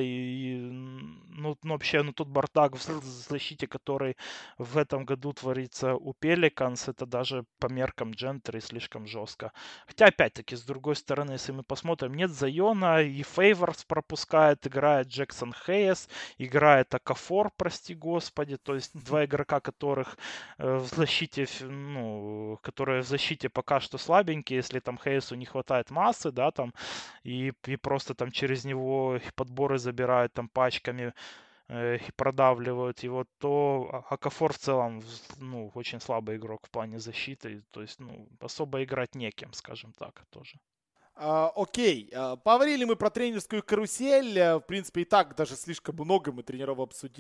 ну, вообще, ну, тот бардак в защите, который в этом году творится у Пеликанс, это даже по меркам Джентри слишком жестко. Хотя, опять-таки, с другой стороны, если мы посмотрим, нет Зайона, и Фейворс пропускает, играет Джексон Хейс, играет Акафор, прости господи, то есть два игрока, которых в защите, ну, которые в защите пока что слабенькие, если там Хейсу не хватает массы, да, там, и просто там через него подборы забирают там пачками и продавливают его, то Акафор в целом, ну, очень слабый игрок в плане защиты, то есть, ну, особо играть некем, скажем так, тоже. Окей, поговорили мы про тренерскую карусель. В принципе, и так даже слишком много мы тренеров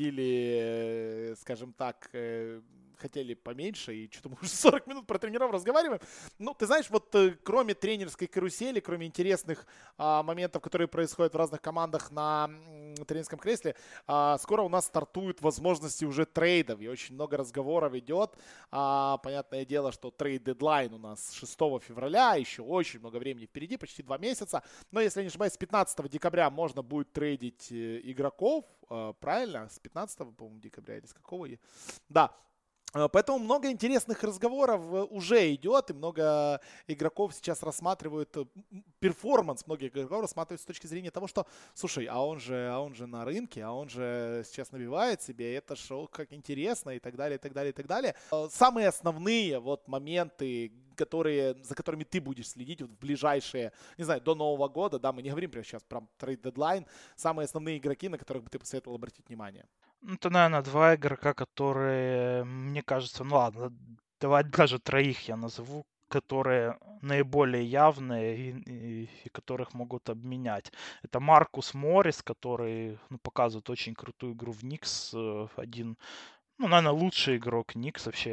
обсудили, скажем так, хотели поменьше, и что-то мы уже 40 минут про тренеров разговариваем. Ну, ты знаешь, вот кроме тренерской карусели, кроме интересных моментов, которые происходят в разных командах на тренерском кресле, скоро у нас стартуют возможности уже трейдов, и очень много разговоров идет. Понятное дело, что трейд-дедлайн у нас 6 февраля, еще очень много времени впереди, почти 2 месяца. Но, если я не ошибаюсь, с 15 декабря можно будет трейдить игроков, правильно? С 15, по-моему, декабря или с какого? Да. Поэтому много интересных разговоров уже идет, и много игроков сейчас рассматривают перформанс, многих игроков рассматривают с точки зрения того, что, слушай, а он же на рынке, а он же сейчас набивает себе, это шоу как интересно, и так далее, и так далее, и так далее. Самые основные вот моменты, за которыми ты будешь следить вот в ближайшие, не знаю, до Нового года, да, мы не говорим прямо сейчас про трейд-дедлайн, самые основные игроки, на которых бы ты посоветовал обратить внимание. Ну, это, наверное, два игрока, которые, мне кажется, ну ладно, давай даже троих я назову, которые наиболее явные и которых могут обменять. Это Маркус Моррис, который, ну, показывает очень крутую игру в Никс. Один, ну, наверное, лучший игрок Никс вообще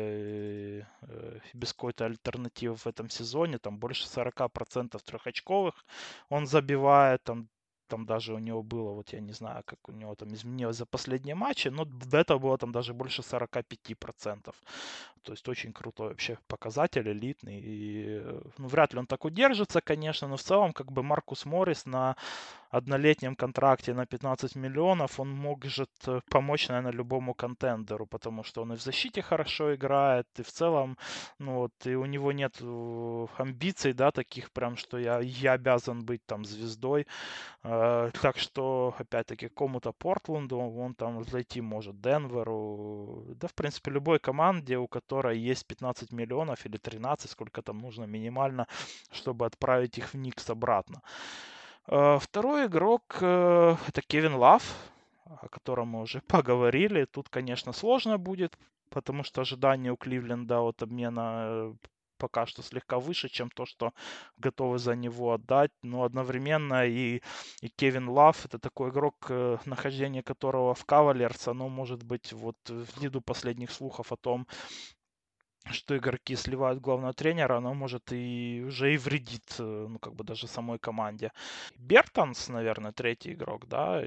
без какой-то альтернативы в этом сезоне. Там больше 40% трехочковых он забивает, там даже у него было, вот я не знаю, как у него там изменилось за последние матчи, но до этого было там даже больше 45%. То есть очень крутой вообще показатель, элитный. И, ну, вряд ли он так удержится, конечно, но в целом как бы Маркус Моррис на однолетнем контракте на 15 миллионов, он может помочь, наверное, любому контендеру, потому что он и в защите хорошо играет, и в целом, ну вот, и у него нет амбиций, да, таких прям, что я обязан быть там звездой. Так что, опять-таки, кому-то Портленду он там зайти может, Денверу, да, в принципе, любой команде, у которой есть 15 миллионов или 13, сколько там нужно минимально, чтобы отправить их в Никс обратно. Второй игрок это Кевин Лав, о котором мы уже поговорили. Тут, конечно, сложно будет, потому что ожидания у Кливленда от обмена пока что слегка выше, чем то, что готовы за него отдать. Но одновременно и Кевин Лав это такой игрок, нахождение которого в Кавалерс, оно может быть вот ввиду последних слухов о том, что игроки сливают главного тренера, оно может и уже и вредит, ну, как бы даже самой команде. Бертонс, наверное, третий игрок, да,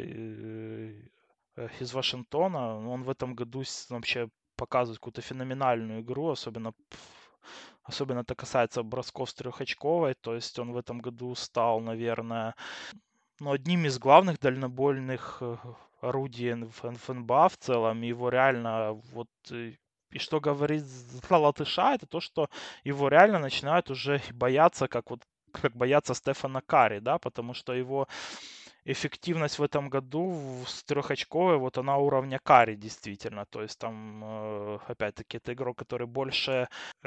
из Вашингтона. Он в этом году вообще показывает какую-то феноменальную игру, особенно это касается бросков с трехочковой, то есть он в этом году стал, наверное, ну, одним из главных дальнобойных орудий в НБА в целом. Его реально вот и что говорит за латыша, это то, что его реально начинают уже бояться, как боятся Стефана Карри, да, потому что его эффективность в этом году с трехочковой, вот она уровня Карри действительно. То есть там, опять-таки, это игрок, который больше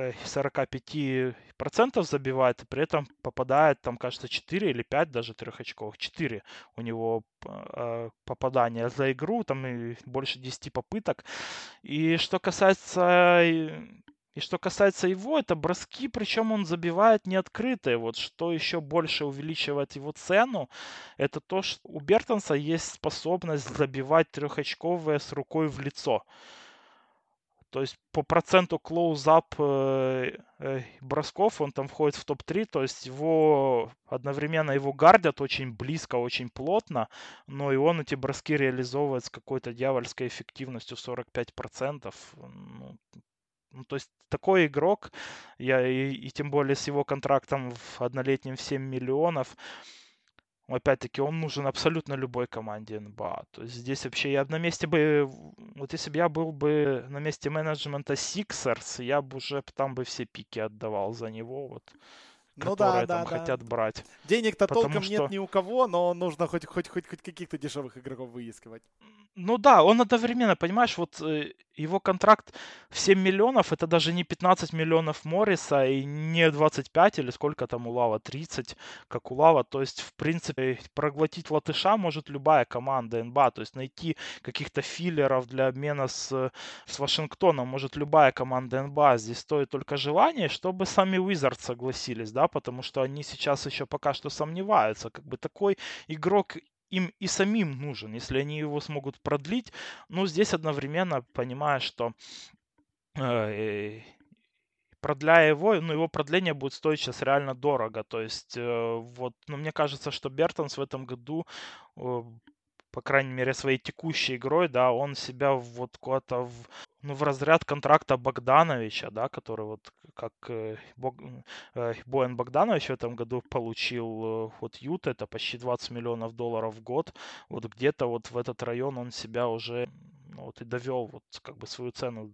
45% забивает, и при этом попадает, там, кажется, 4 или 5 даже трехочковых. 4 у него попадания за игру, там и больше 10 попыток. И что касается его, это броски, причем он забивает неоткрытые. Вот что еще больше увеличивает его цену, это то, что у Бертонса есть способность забивать трехочковые с рукой в лицо. То есть по проценту клоузап бросков он там входит в топ-3, то есть одновременно его гардят очень близко, очень плотно, но и он эти броски реализовывает с какой-то дьявольской эффективностью 45%. Ну, то есть такой игрок, и тем более с его контрактом в однолетнем в 7 миллионов, опять-таки, он нужен абсолютно любой команде НБА. То есть здесь вообще я на месте бы, вот если бы я был бы на месте менеджмента Sixers, я бы уже там бы все пики отдавал за него, вот, Ну да, которые там да, да. хотят брать. Денег-то Потому толком нет что, ни у кого, но нужно хоть каких-то дешевых игроков выискивать. ну да, он одновременно, понимаешь, вот его контракт в 7 миллионов, это даже не 15 миллионов Морриса и не 25 или сколько там у Лава, 30, как у Лава. То есть, в принципе, проглотить латыша может любая команда НБА. То есть, найти каких-то филлеров для обмена с Вашингтоном может любая команда НБА. Здесь стоит только желание, чтобы сами Уизард согласились, да, потому что они сейчас еще пока что сомневаются. Как бы такой игрок им и самим нужен, если они его смогут продлить. Но здесь одновременно понимая, что продляя его, ну, его продление будет стоить сейчас реально дорого. То есть, вот, ну, мне кажется, что Бертонс в этом году, по крайней мере, своей текущей игрой, да, он себя вот куда-то в разряд контракта Богдановича, да, который вот как Боян Богданович в этом году получил от Юта, это почти 20 миллионов долларов в год. Вот где-то вот в этот район он себя уже, ну, вот и довел вот как бы свою цену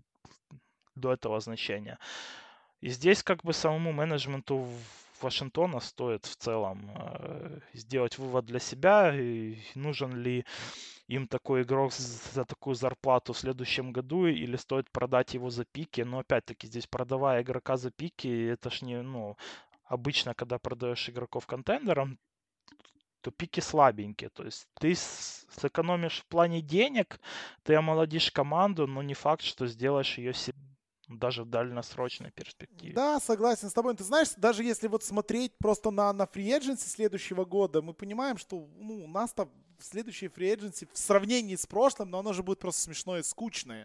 до этого значения. И здесь как бы самому менеджменту Вашингтона стоит в целом сделать вывод для себя, и нужен ли им такой игрок за такую зарплату в следующем году, или стоит продать его за пики. Но опять-таки здесь продавая игрока за пики, это ж не, ну, обычно, когда продаешь игроков контендерам, то пики слабенькие. То есть ты сэкономишь в плане денег, ты омолодишь команду, но не факт, что сделаешь ее даже в дальносрочной перспективе. Да, согласен с тобой. Ты знаешь, даже если вот смотреть просто на free agency следующего года, мы понимаем, что ну, у нас там в следующей free agency в сравнении с прошлым, но оно же будет просто смешное и скучное.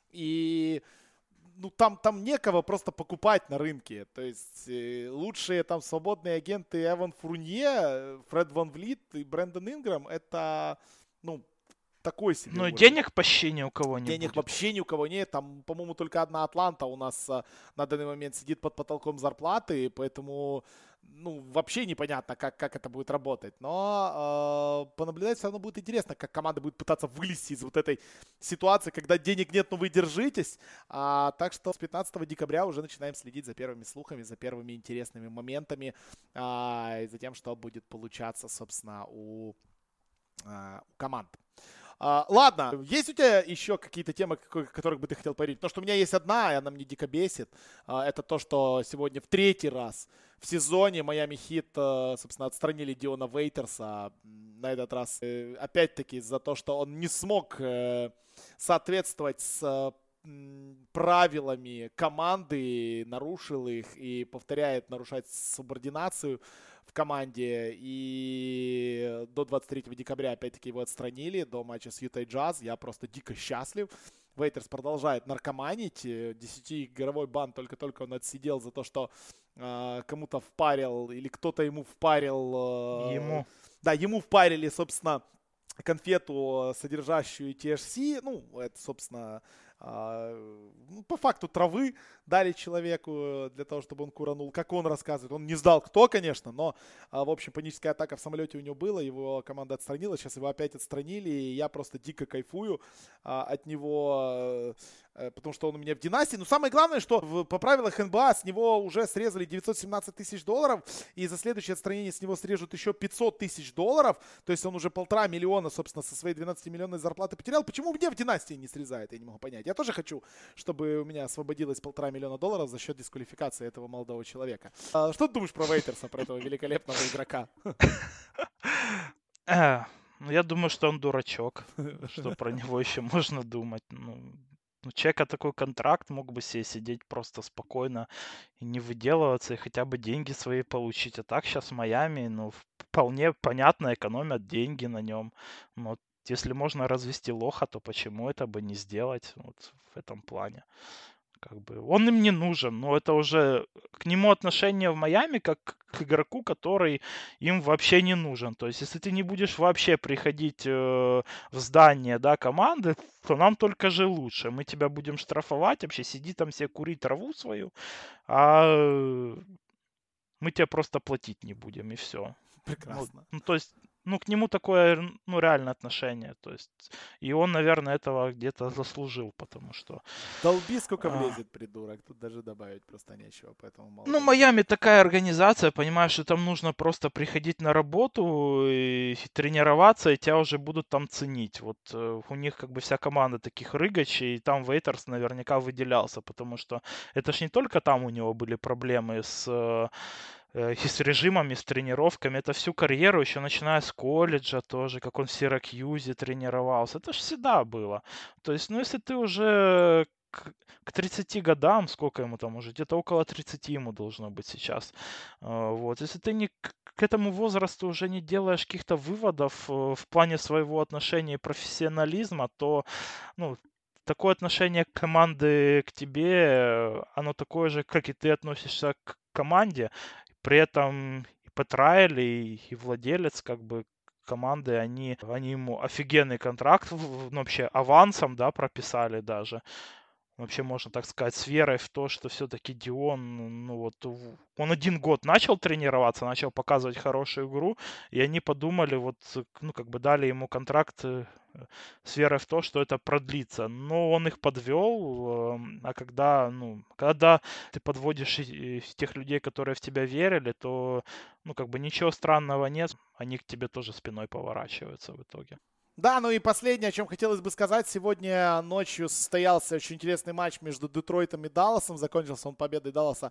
И ну, там некого просто покупать на рынке. То есть лучшие там свободные агенты Эван Фурнье, Фред Ван Влит и Брэндон Инграм, это, ну, такой себе Ну, уровень. денег почти ни у кого не Денег будет. вообще ни у кого нет. Там, по-моему, только одна Атланта у нас на данный момент сидит под потолком зарплаты, поэтому, ну, вообще непонятно, как это будет работать. Но понаблюдать все равно будет интересно, как команда будет пытаться вылезти из вот этой ситуации, когда денег нет, но вы держитесь. Так что с 15 декабря уже начинаем следить за первыми слухами, за первыми интересными моментами и за тем, что будет получаться, собственно, у команд. Ладно, есть у тебя еще какие-то темы, о которых бы ты хотел поговорить? Потому что у меня есть одна, и она мне дико бесит. Это то, что сегодня в третий раз в сезоне Майами Хит, собственно, отстранили Диона Вейтерса. На этот раз, опять-таки, за то, что он не смог соответствовать с правилами команды, нарушил их и повторяет нарушать субординацию в команде, и до 23 декабря опять-таки его отстранили до матча с Ютай Джаз. Я просто дико счастлив. Вейтерс продолжает наркоманить. 10-игровой бан только-только он отсидел за то, что кому-то впарил, или кто-то ему впарил. Ему. Да, ему впарили, собственно, конфету, содержащую THC. Ну, это, собственно, по факту травы дали человеку для того, чтобы он куранул. Как он рассказывает, он не знал, кто, конечно, но, в общем, паническая атака в самолете у него была, его команда отстранила, сейчас его опять отстранили, и я просто дико кайфую от него, потому что он у меня в династии. Но самое главное, что по правилам НБА с него уже срезали $917 тысяч, и за следующее отстранение с него срежут еще $500 тысяч, то есть он уже 1,5 миллиона, собственно, со своей 12-миллионной зарплаты потерял. Почему мне в династии не срезает, я не могу понять. Я тоже хочу, чтобы у меня освободилось $1,5 миллиона за счет дисквалификации этого молодого человека. Что ты думаешь про Вейтерса, про этого великолепного игрока? Ну, я думаю, что он дурачок, что про него еще можно думать. У человека такой контракт, мог бы себе сидеть просто спокойно и не выделываться, и хотя бы деньги свои получить. А так сейчас в Майами, вполне понятно, экономят деньги на нем. Но если можно развести лоха, то почему это бы не сделать вот в этом плане? Как бы он им не нужен, но это уже к нему отношение в Майами как к игроку, который им вообще не нужен. То есть, если ты не будешь вообще приходить в здание, да, команды, то нам только же лучше. Мы тебя будем штрафовать, вообще сиди там себе курить траву свою, а мы тебе просто платить не будем, и все. Прекрасно. То есть, к нему такое, реальное отношение. То есть, и он, наверное, этого где-то заслужил, потому что... Долби, сколько влезет, придурок. Тут даже добавить просто нечего, поэтому... Майами такая организация, понимаешь, что там нужно просто приходить на работу и тренироваться, и тебя уже будут там ценить. Вот у них как бы вся команда таких рыгачей, и там Вейтерс наверняка выделялся, потому что это ж не только там у него были проблемы и с режимом, и с тренировками. Это всю карьеру, еще начиная с колледжа тоже, как он в Сиракьюзе тренировался. Это же всегда было. То есть, если ты уже к 30 годам, сколько ему там уже, где-то около 30 ему должно быть сейчас. Вот. Если ты не к этому возрасту уже не делаешь каких-то выводов в плане своего отношения и профессионализма, то, такое отношение команды к тебе, оно такое же, как и ты относишься к команде. При этом и Петрайль, и владелец как бы команды, они ему офигенный контракт, вообще авансом, да, прописали даже. Вообще, можно так сказать, с верой в то, что все-таки Дион, он 1 год начал тренироваться, начал показывать хорошую игру, и они подумали, как бы дали ему контракт с верой в то, что это продлится. Но он их подвел, а когда ты подводишь тех людей, которые в тебя верили, то, как бы ничего странного нет, они к тебе тоже спиной поворачиваются в итоге. Да, и последнее, о чем хотелось бы сказать. Сегодня ночью состоялся очень интересный матч между Детройтом и Далласом. Закончился он победой Далласа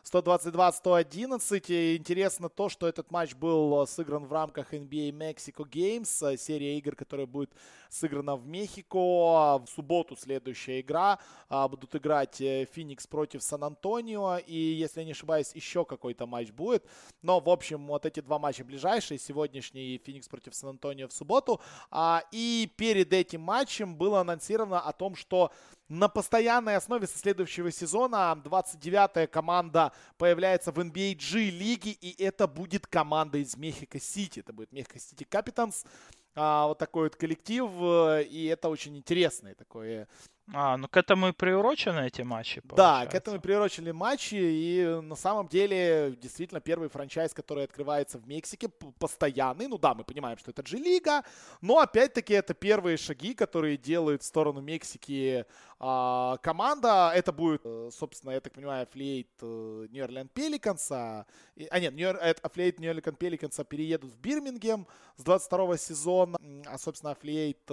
122-111. И интересно то, что этот матч был сыгран в рамках NBA Mexico Games. Серия игр, которая будет сыграна в Мехико. В субботу следующая игра. Будут играть Феникс против Сан-Антонио. И, если я не ошибаюсь, еще какой-то матч будет. Но, в общем, вот эти два матча ближайшие. Сегодняшний Феникс против Сан-Антонио в субботу. И перед этим матчем было анонсировано о том, что на постоянной основе со следующего сезона 29-я команда появляется в NBA G-лиге, и это будет команда из Мехико-Сити. Это будет Мехико-Сити Капитанс. Вот такой вот коллектив, и это очень интересное такое... к этому и приурочены эти матчи, получается. Да, к этому и приурочены матчи, и на самом деле действительно первый франчайз, который открывается в Мексике, постоянный. Мы понимаем, что это G-лига, но опять-таки это первые шаги, которые делает в сторону Мексики команда. Это будет, собственно, я так понимаю, аффилиейт Нью-Орлеан Пеликанс. Аффилиейт Нью-Орлеан Пеликанса переедут в Бирмингем с 22-го сезона, собственно, аффилиейт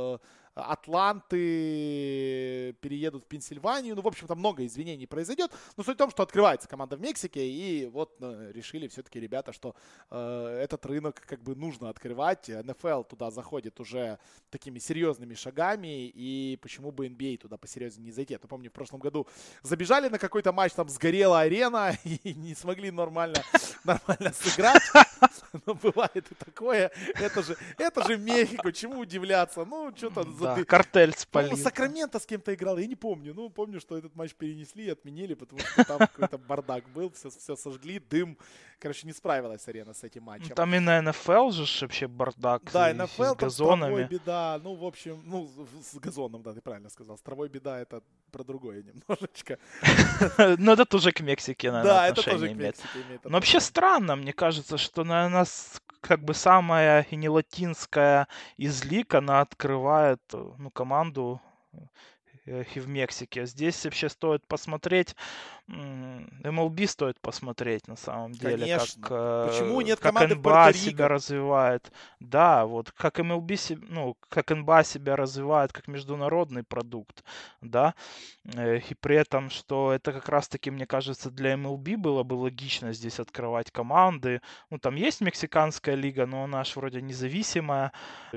Атланты переедут в Пенсильванию. В общем, там много извинений произойдет. Но суть в том, что открывается команда в Мексике. И решили все-таки ребята, что этот рынок как бы нужно открывать. НФЛ туда заходит уже такими серьезными шагами. И почему бы NBA туда посерьезнее не зайти? Я помню, в прошлом году забежали на какой-то матч, там сгорела арена и не смогли нормально сыграть. Но бывает и такое. Это же Мехико. Чему удивляться? Что-то Да, вот, картель по-моему, спалил. Сакраменто с кем-то играл, я не помню. Ну, помню, что этот матч перенесли и отменили, потому что там какой-то бардак был, все сожгли, дым. Короче, не справилась арена с этим Ну, матчем. там и на НФЛ же вообще бардак Да, и с НФЛ там с травой газонами. беда. Ну, в общем, ну, с газоном, да, ты правильно сказал. С травой беда, это про другое немножечко. Но это тоже к Мексике, наверное, Да, это тоже отношение к имеет. Мексике имеет Но вообще отношение. странно, мне кажется, что, наверное, нас как бы самая и не латинская из лиг, она открывает, ну, команду и в Мексике. Здесь вообще стоит посмотреть, MLB стоит посмотреть на самом деле, Конечно. Почему нет как команды в НБА себя Пуэрто-Рико? развивает. Да, вот как MLB, ну, как НБА себя развивает как международный продукт, да, и при этом, что это как раз-таки, мне кажется, для MLB было бы логично здесь открывать команды. Ну, там есть мексиканская лига, но она ж вроде независимая,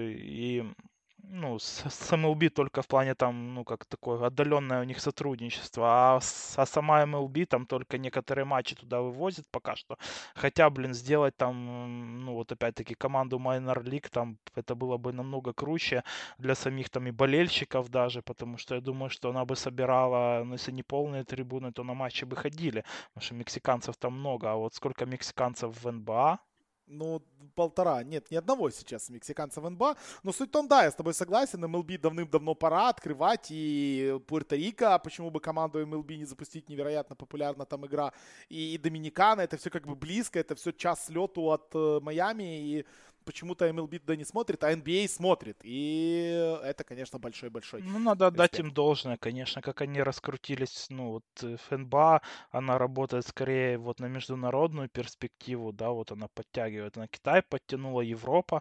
и ну, с MLB только в плане там, ну, как такое отдаленное у них сотрудничество, а сама MLB там только некоторые матчи туда вывозит пока что. Хотя, блин, сделать там, ну, вот опять-таки команду Minor League, там это было бы намного круче для самих там и болельщиков даже, потому что я думаю, что она бы собирала, ну, если не полные трибуны, то на матчи бы ходили, потому что мексиканцев там много, а вот сколько мексиканцев в НБА? Ну, полтора. Нет, ни одного сейчас мексиканца в НБА. Но суть в том, да, я с тобой согласен. MLB давным-давно пора открывать. И Пуэрто-Рико, почему бы команду MLB не запустить, невероятно популярна там игра. И Доминикана, это все как бы близко. Это все час слету от Майами. И почему-то MLB туда не смотрит, а NBA смотрит. И это, конечно, большой-большой Ну, надо отдать респект. им должное, конечно, как они раскрутились, ну, вот ФНБА, она работает скорее вот на международную перспективу, да, вот она подтягивает, на Китай подтянула, Европа,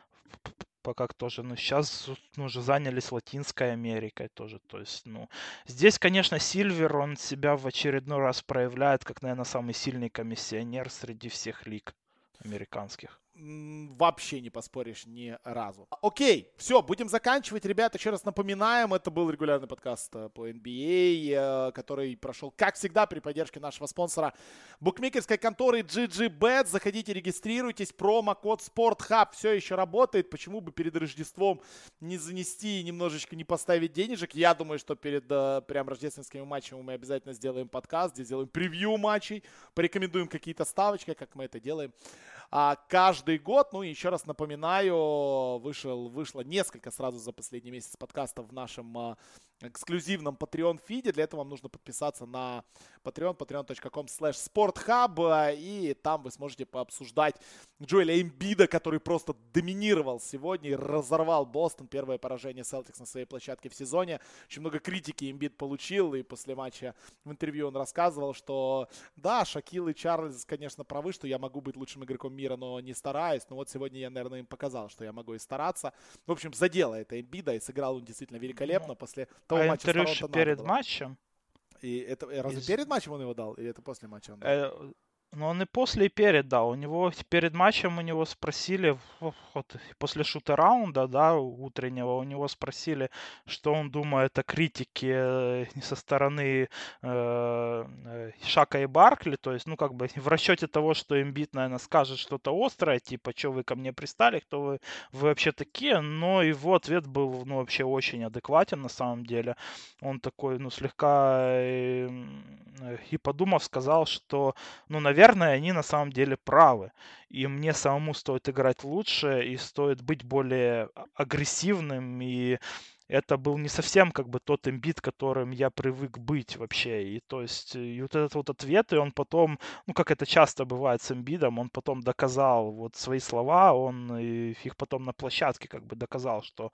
пока тоже, ну, сейчас, ну, уже занялись Латинской Америкой тоже, то есть, ну, здесь, конечно, Сильвер, он себя в очередной раз проявляет, как, наверное, самый сильный комиссионер среди всех лиг американских. Вообще не поспоришь ни разу. Окей, все, будем заканчивать. Ребята, еще раз напоминаем, это был регулярный подкаст по NBA, который прошел, как всегда, при поддержке нашего спонсора букмекерской конторы GGBet. Заходите, регистрируйтесь, промокод SportHub все еще работает. Почему бы перед Рождеством не занести и немножечко не поставить денежек? Я думаю, что перед прям рождественскими матчами мы обязательно сделаем подкаст, где сделаем превью матчей, порекомендуем какие-то ставочки, как мы это делаем каждый год. Ну и еще раз напоминаю, вышло несколько сразу за последний месяц подкастов в нашем эксклюзивном Patreon-фиде. Для этого вам нужно подписаться на Patreon, patreon.com/sporthub, и там вы сможете пообсуждать Джоэля Эмбида, который просто доминировал сегодня и разорвал Бостон. Первое поражение Celtics на своей площадке в сезоне. Очень много критики Эмбид получил, и после матча в интервью он рассказывал, что да, Шакил и Чарльз, конечно, правы, что я могу быть лучшим игроком мира, но не стараюсь. Но вот сегодня я, наверное, им показал, что я могу и стараться. В общем, задело это Эмбида, и сыграл он действительно великолепно. Ну, После того а матча с интервью же Торонто надо перед было. матчем И это разве из перед матчем он его дал, или это после матча он дал? Э, Ну, он и после, и перед, да. У него перед матчем у него спросили, вот после шут-раунда, да, утреннего, у него спросили, что он думает о критике со стороны Шака и Баркли. То есть, ну, как бы в расчете того, что Эмбит, наверное, скажет что-то острое, типа, что вы ко мне пристали, кто вы вообще такие. Но его ответ был, ну, вообще очень адекватен на самом деле. Он такой, ну, слегка и подумав, сказал, что ну, наверное, они на самом деле правы. И мне самому стоит играть лучше, и стоит быть более агрессивным, и это был не совсем как бы тот Эмбит, которым я привык быть вообще. И то есть, и вот этот вот ответ, и он потом, ну, как это часто бывает с Эмбидом, он потом доказал вот свои слова, он их потом на площадке как бы доказал, что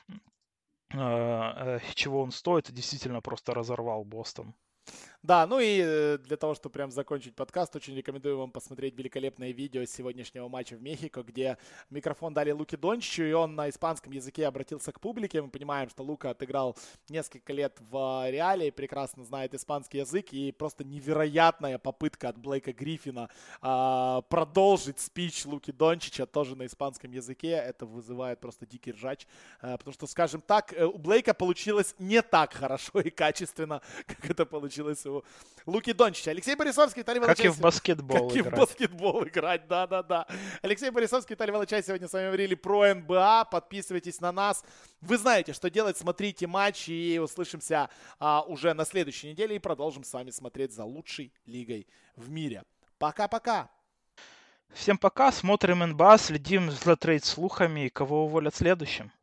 чего он стоит, и действительно просто разорвал Бостон. Да, ну и для того, чтобы прям закончить подкаст, очень рекомендую вам посмотреть великолепное видео с сегодняшнего матча в Мехико, где микрофон дали Луке Дончичу, и он на испанском языке обратился к публике. Мы понимаем, что Лука отыграл несколько лет в Реале, прекрасно знает испанский язык, и просто невероятная попытка от Блейка Гриффина продолжить спич Луки Дончича тоже на испанском языке. Это вызывает просто дикий ржач, потому что, скажем так, у Блейка получилось не так хорошо и качественно, как это получилось у Луки Дончича. Алексей Борисовский, Виталий Как и в Волочай. баскетбол Как и в играть. баскетбол играть, да-да-да. Алексей Борисовский, Виталий Волочай сегодня с вами говорили про НБА. Подписывайтесь на нас. Вы знаете, что делать. Смотрите матч и услышимся уже на следующей неделе и продолжим с вами смотреть за лучшей лигой в мире. Пока-пока. Всем пока, смотрим НБА, следим за трейд-слухами и кого уволят следующим.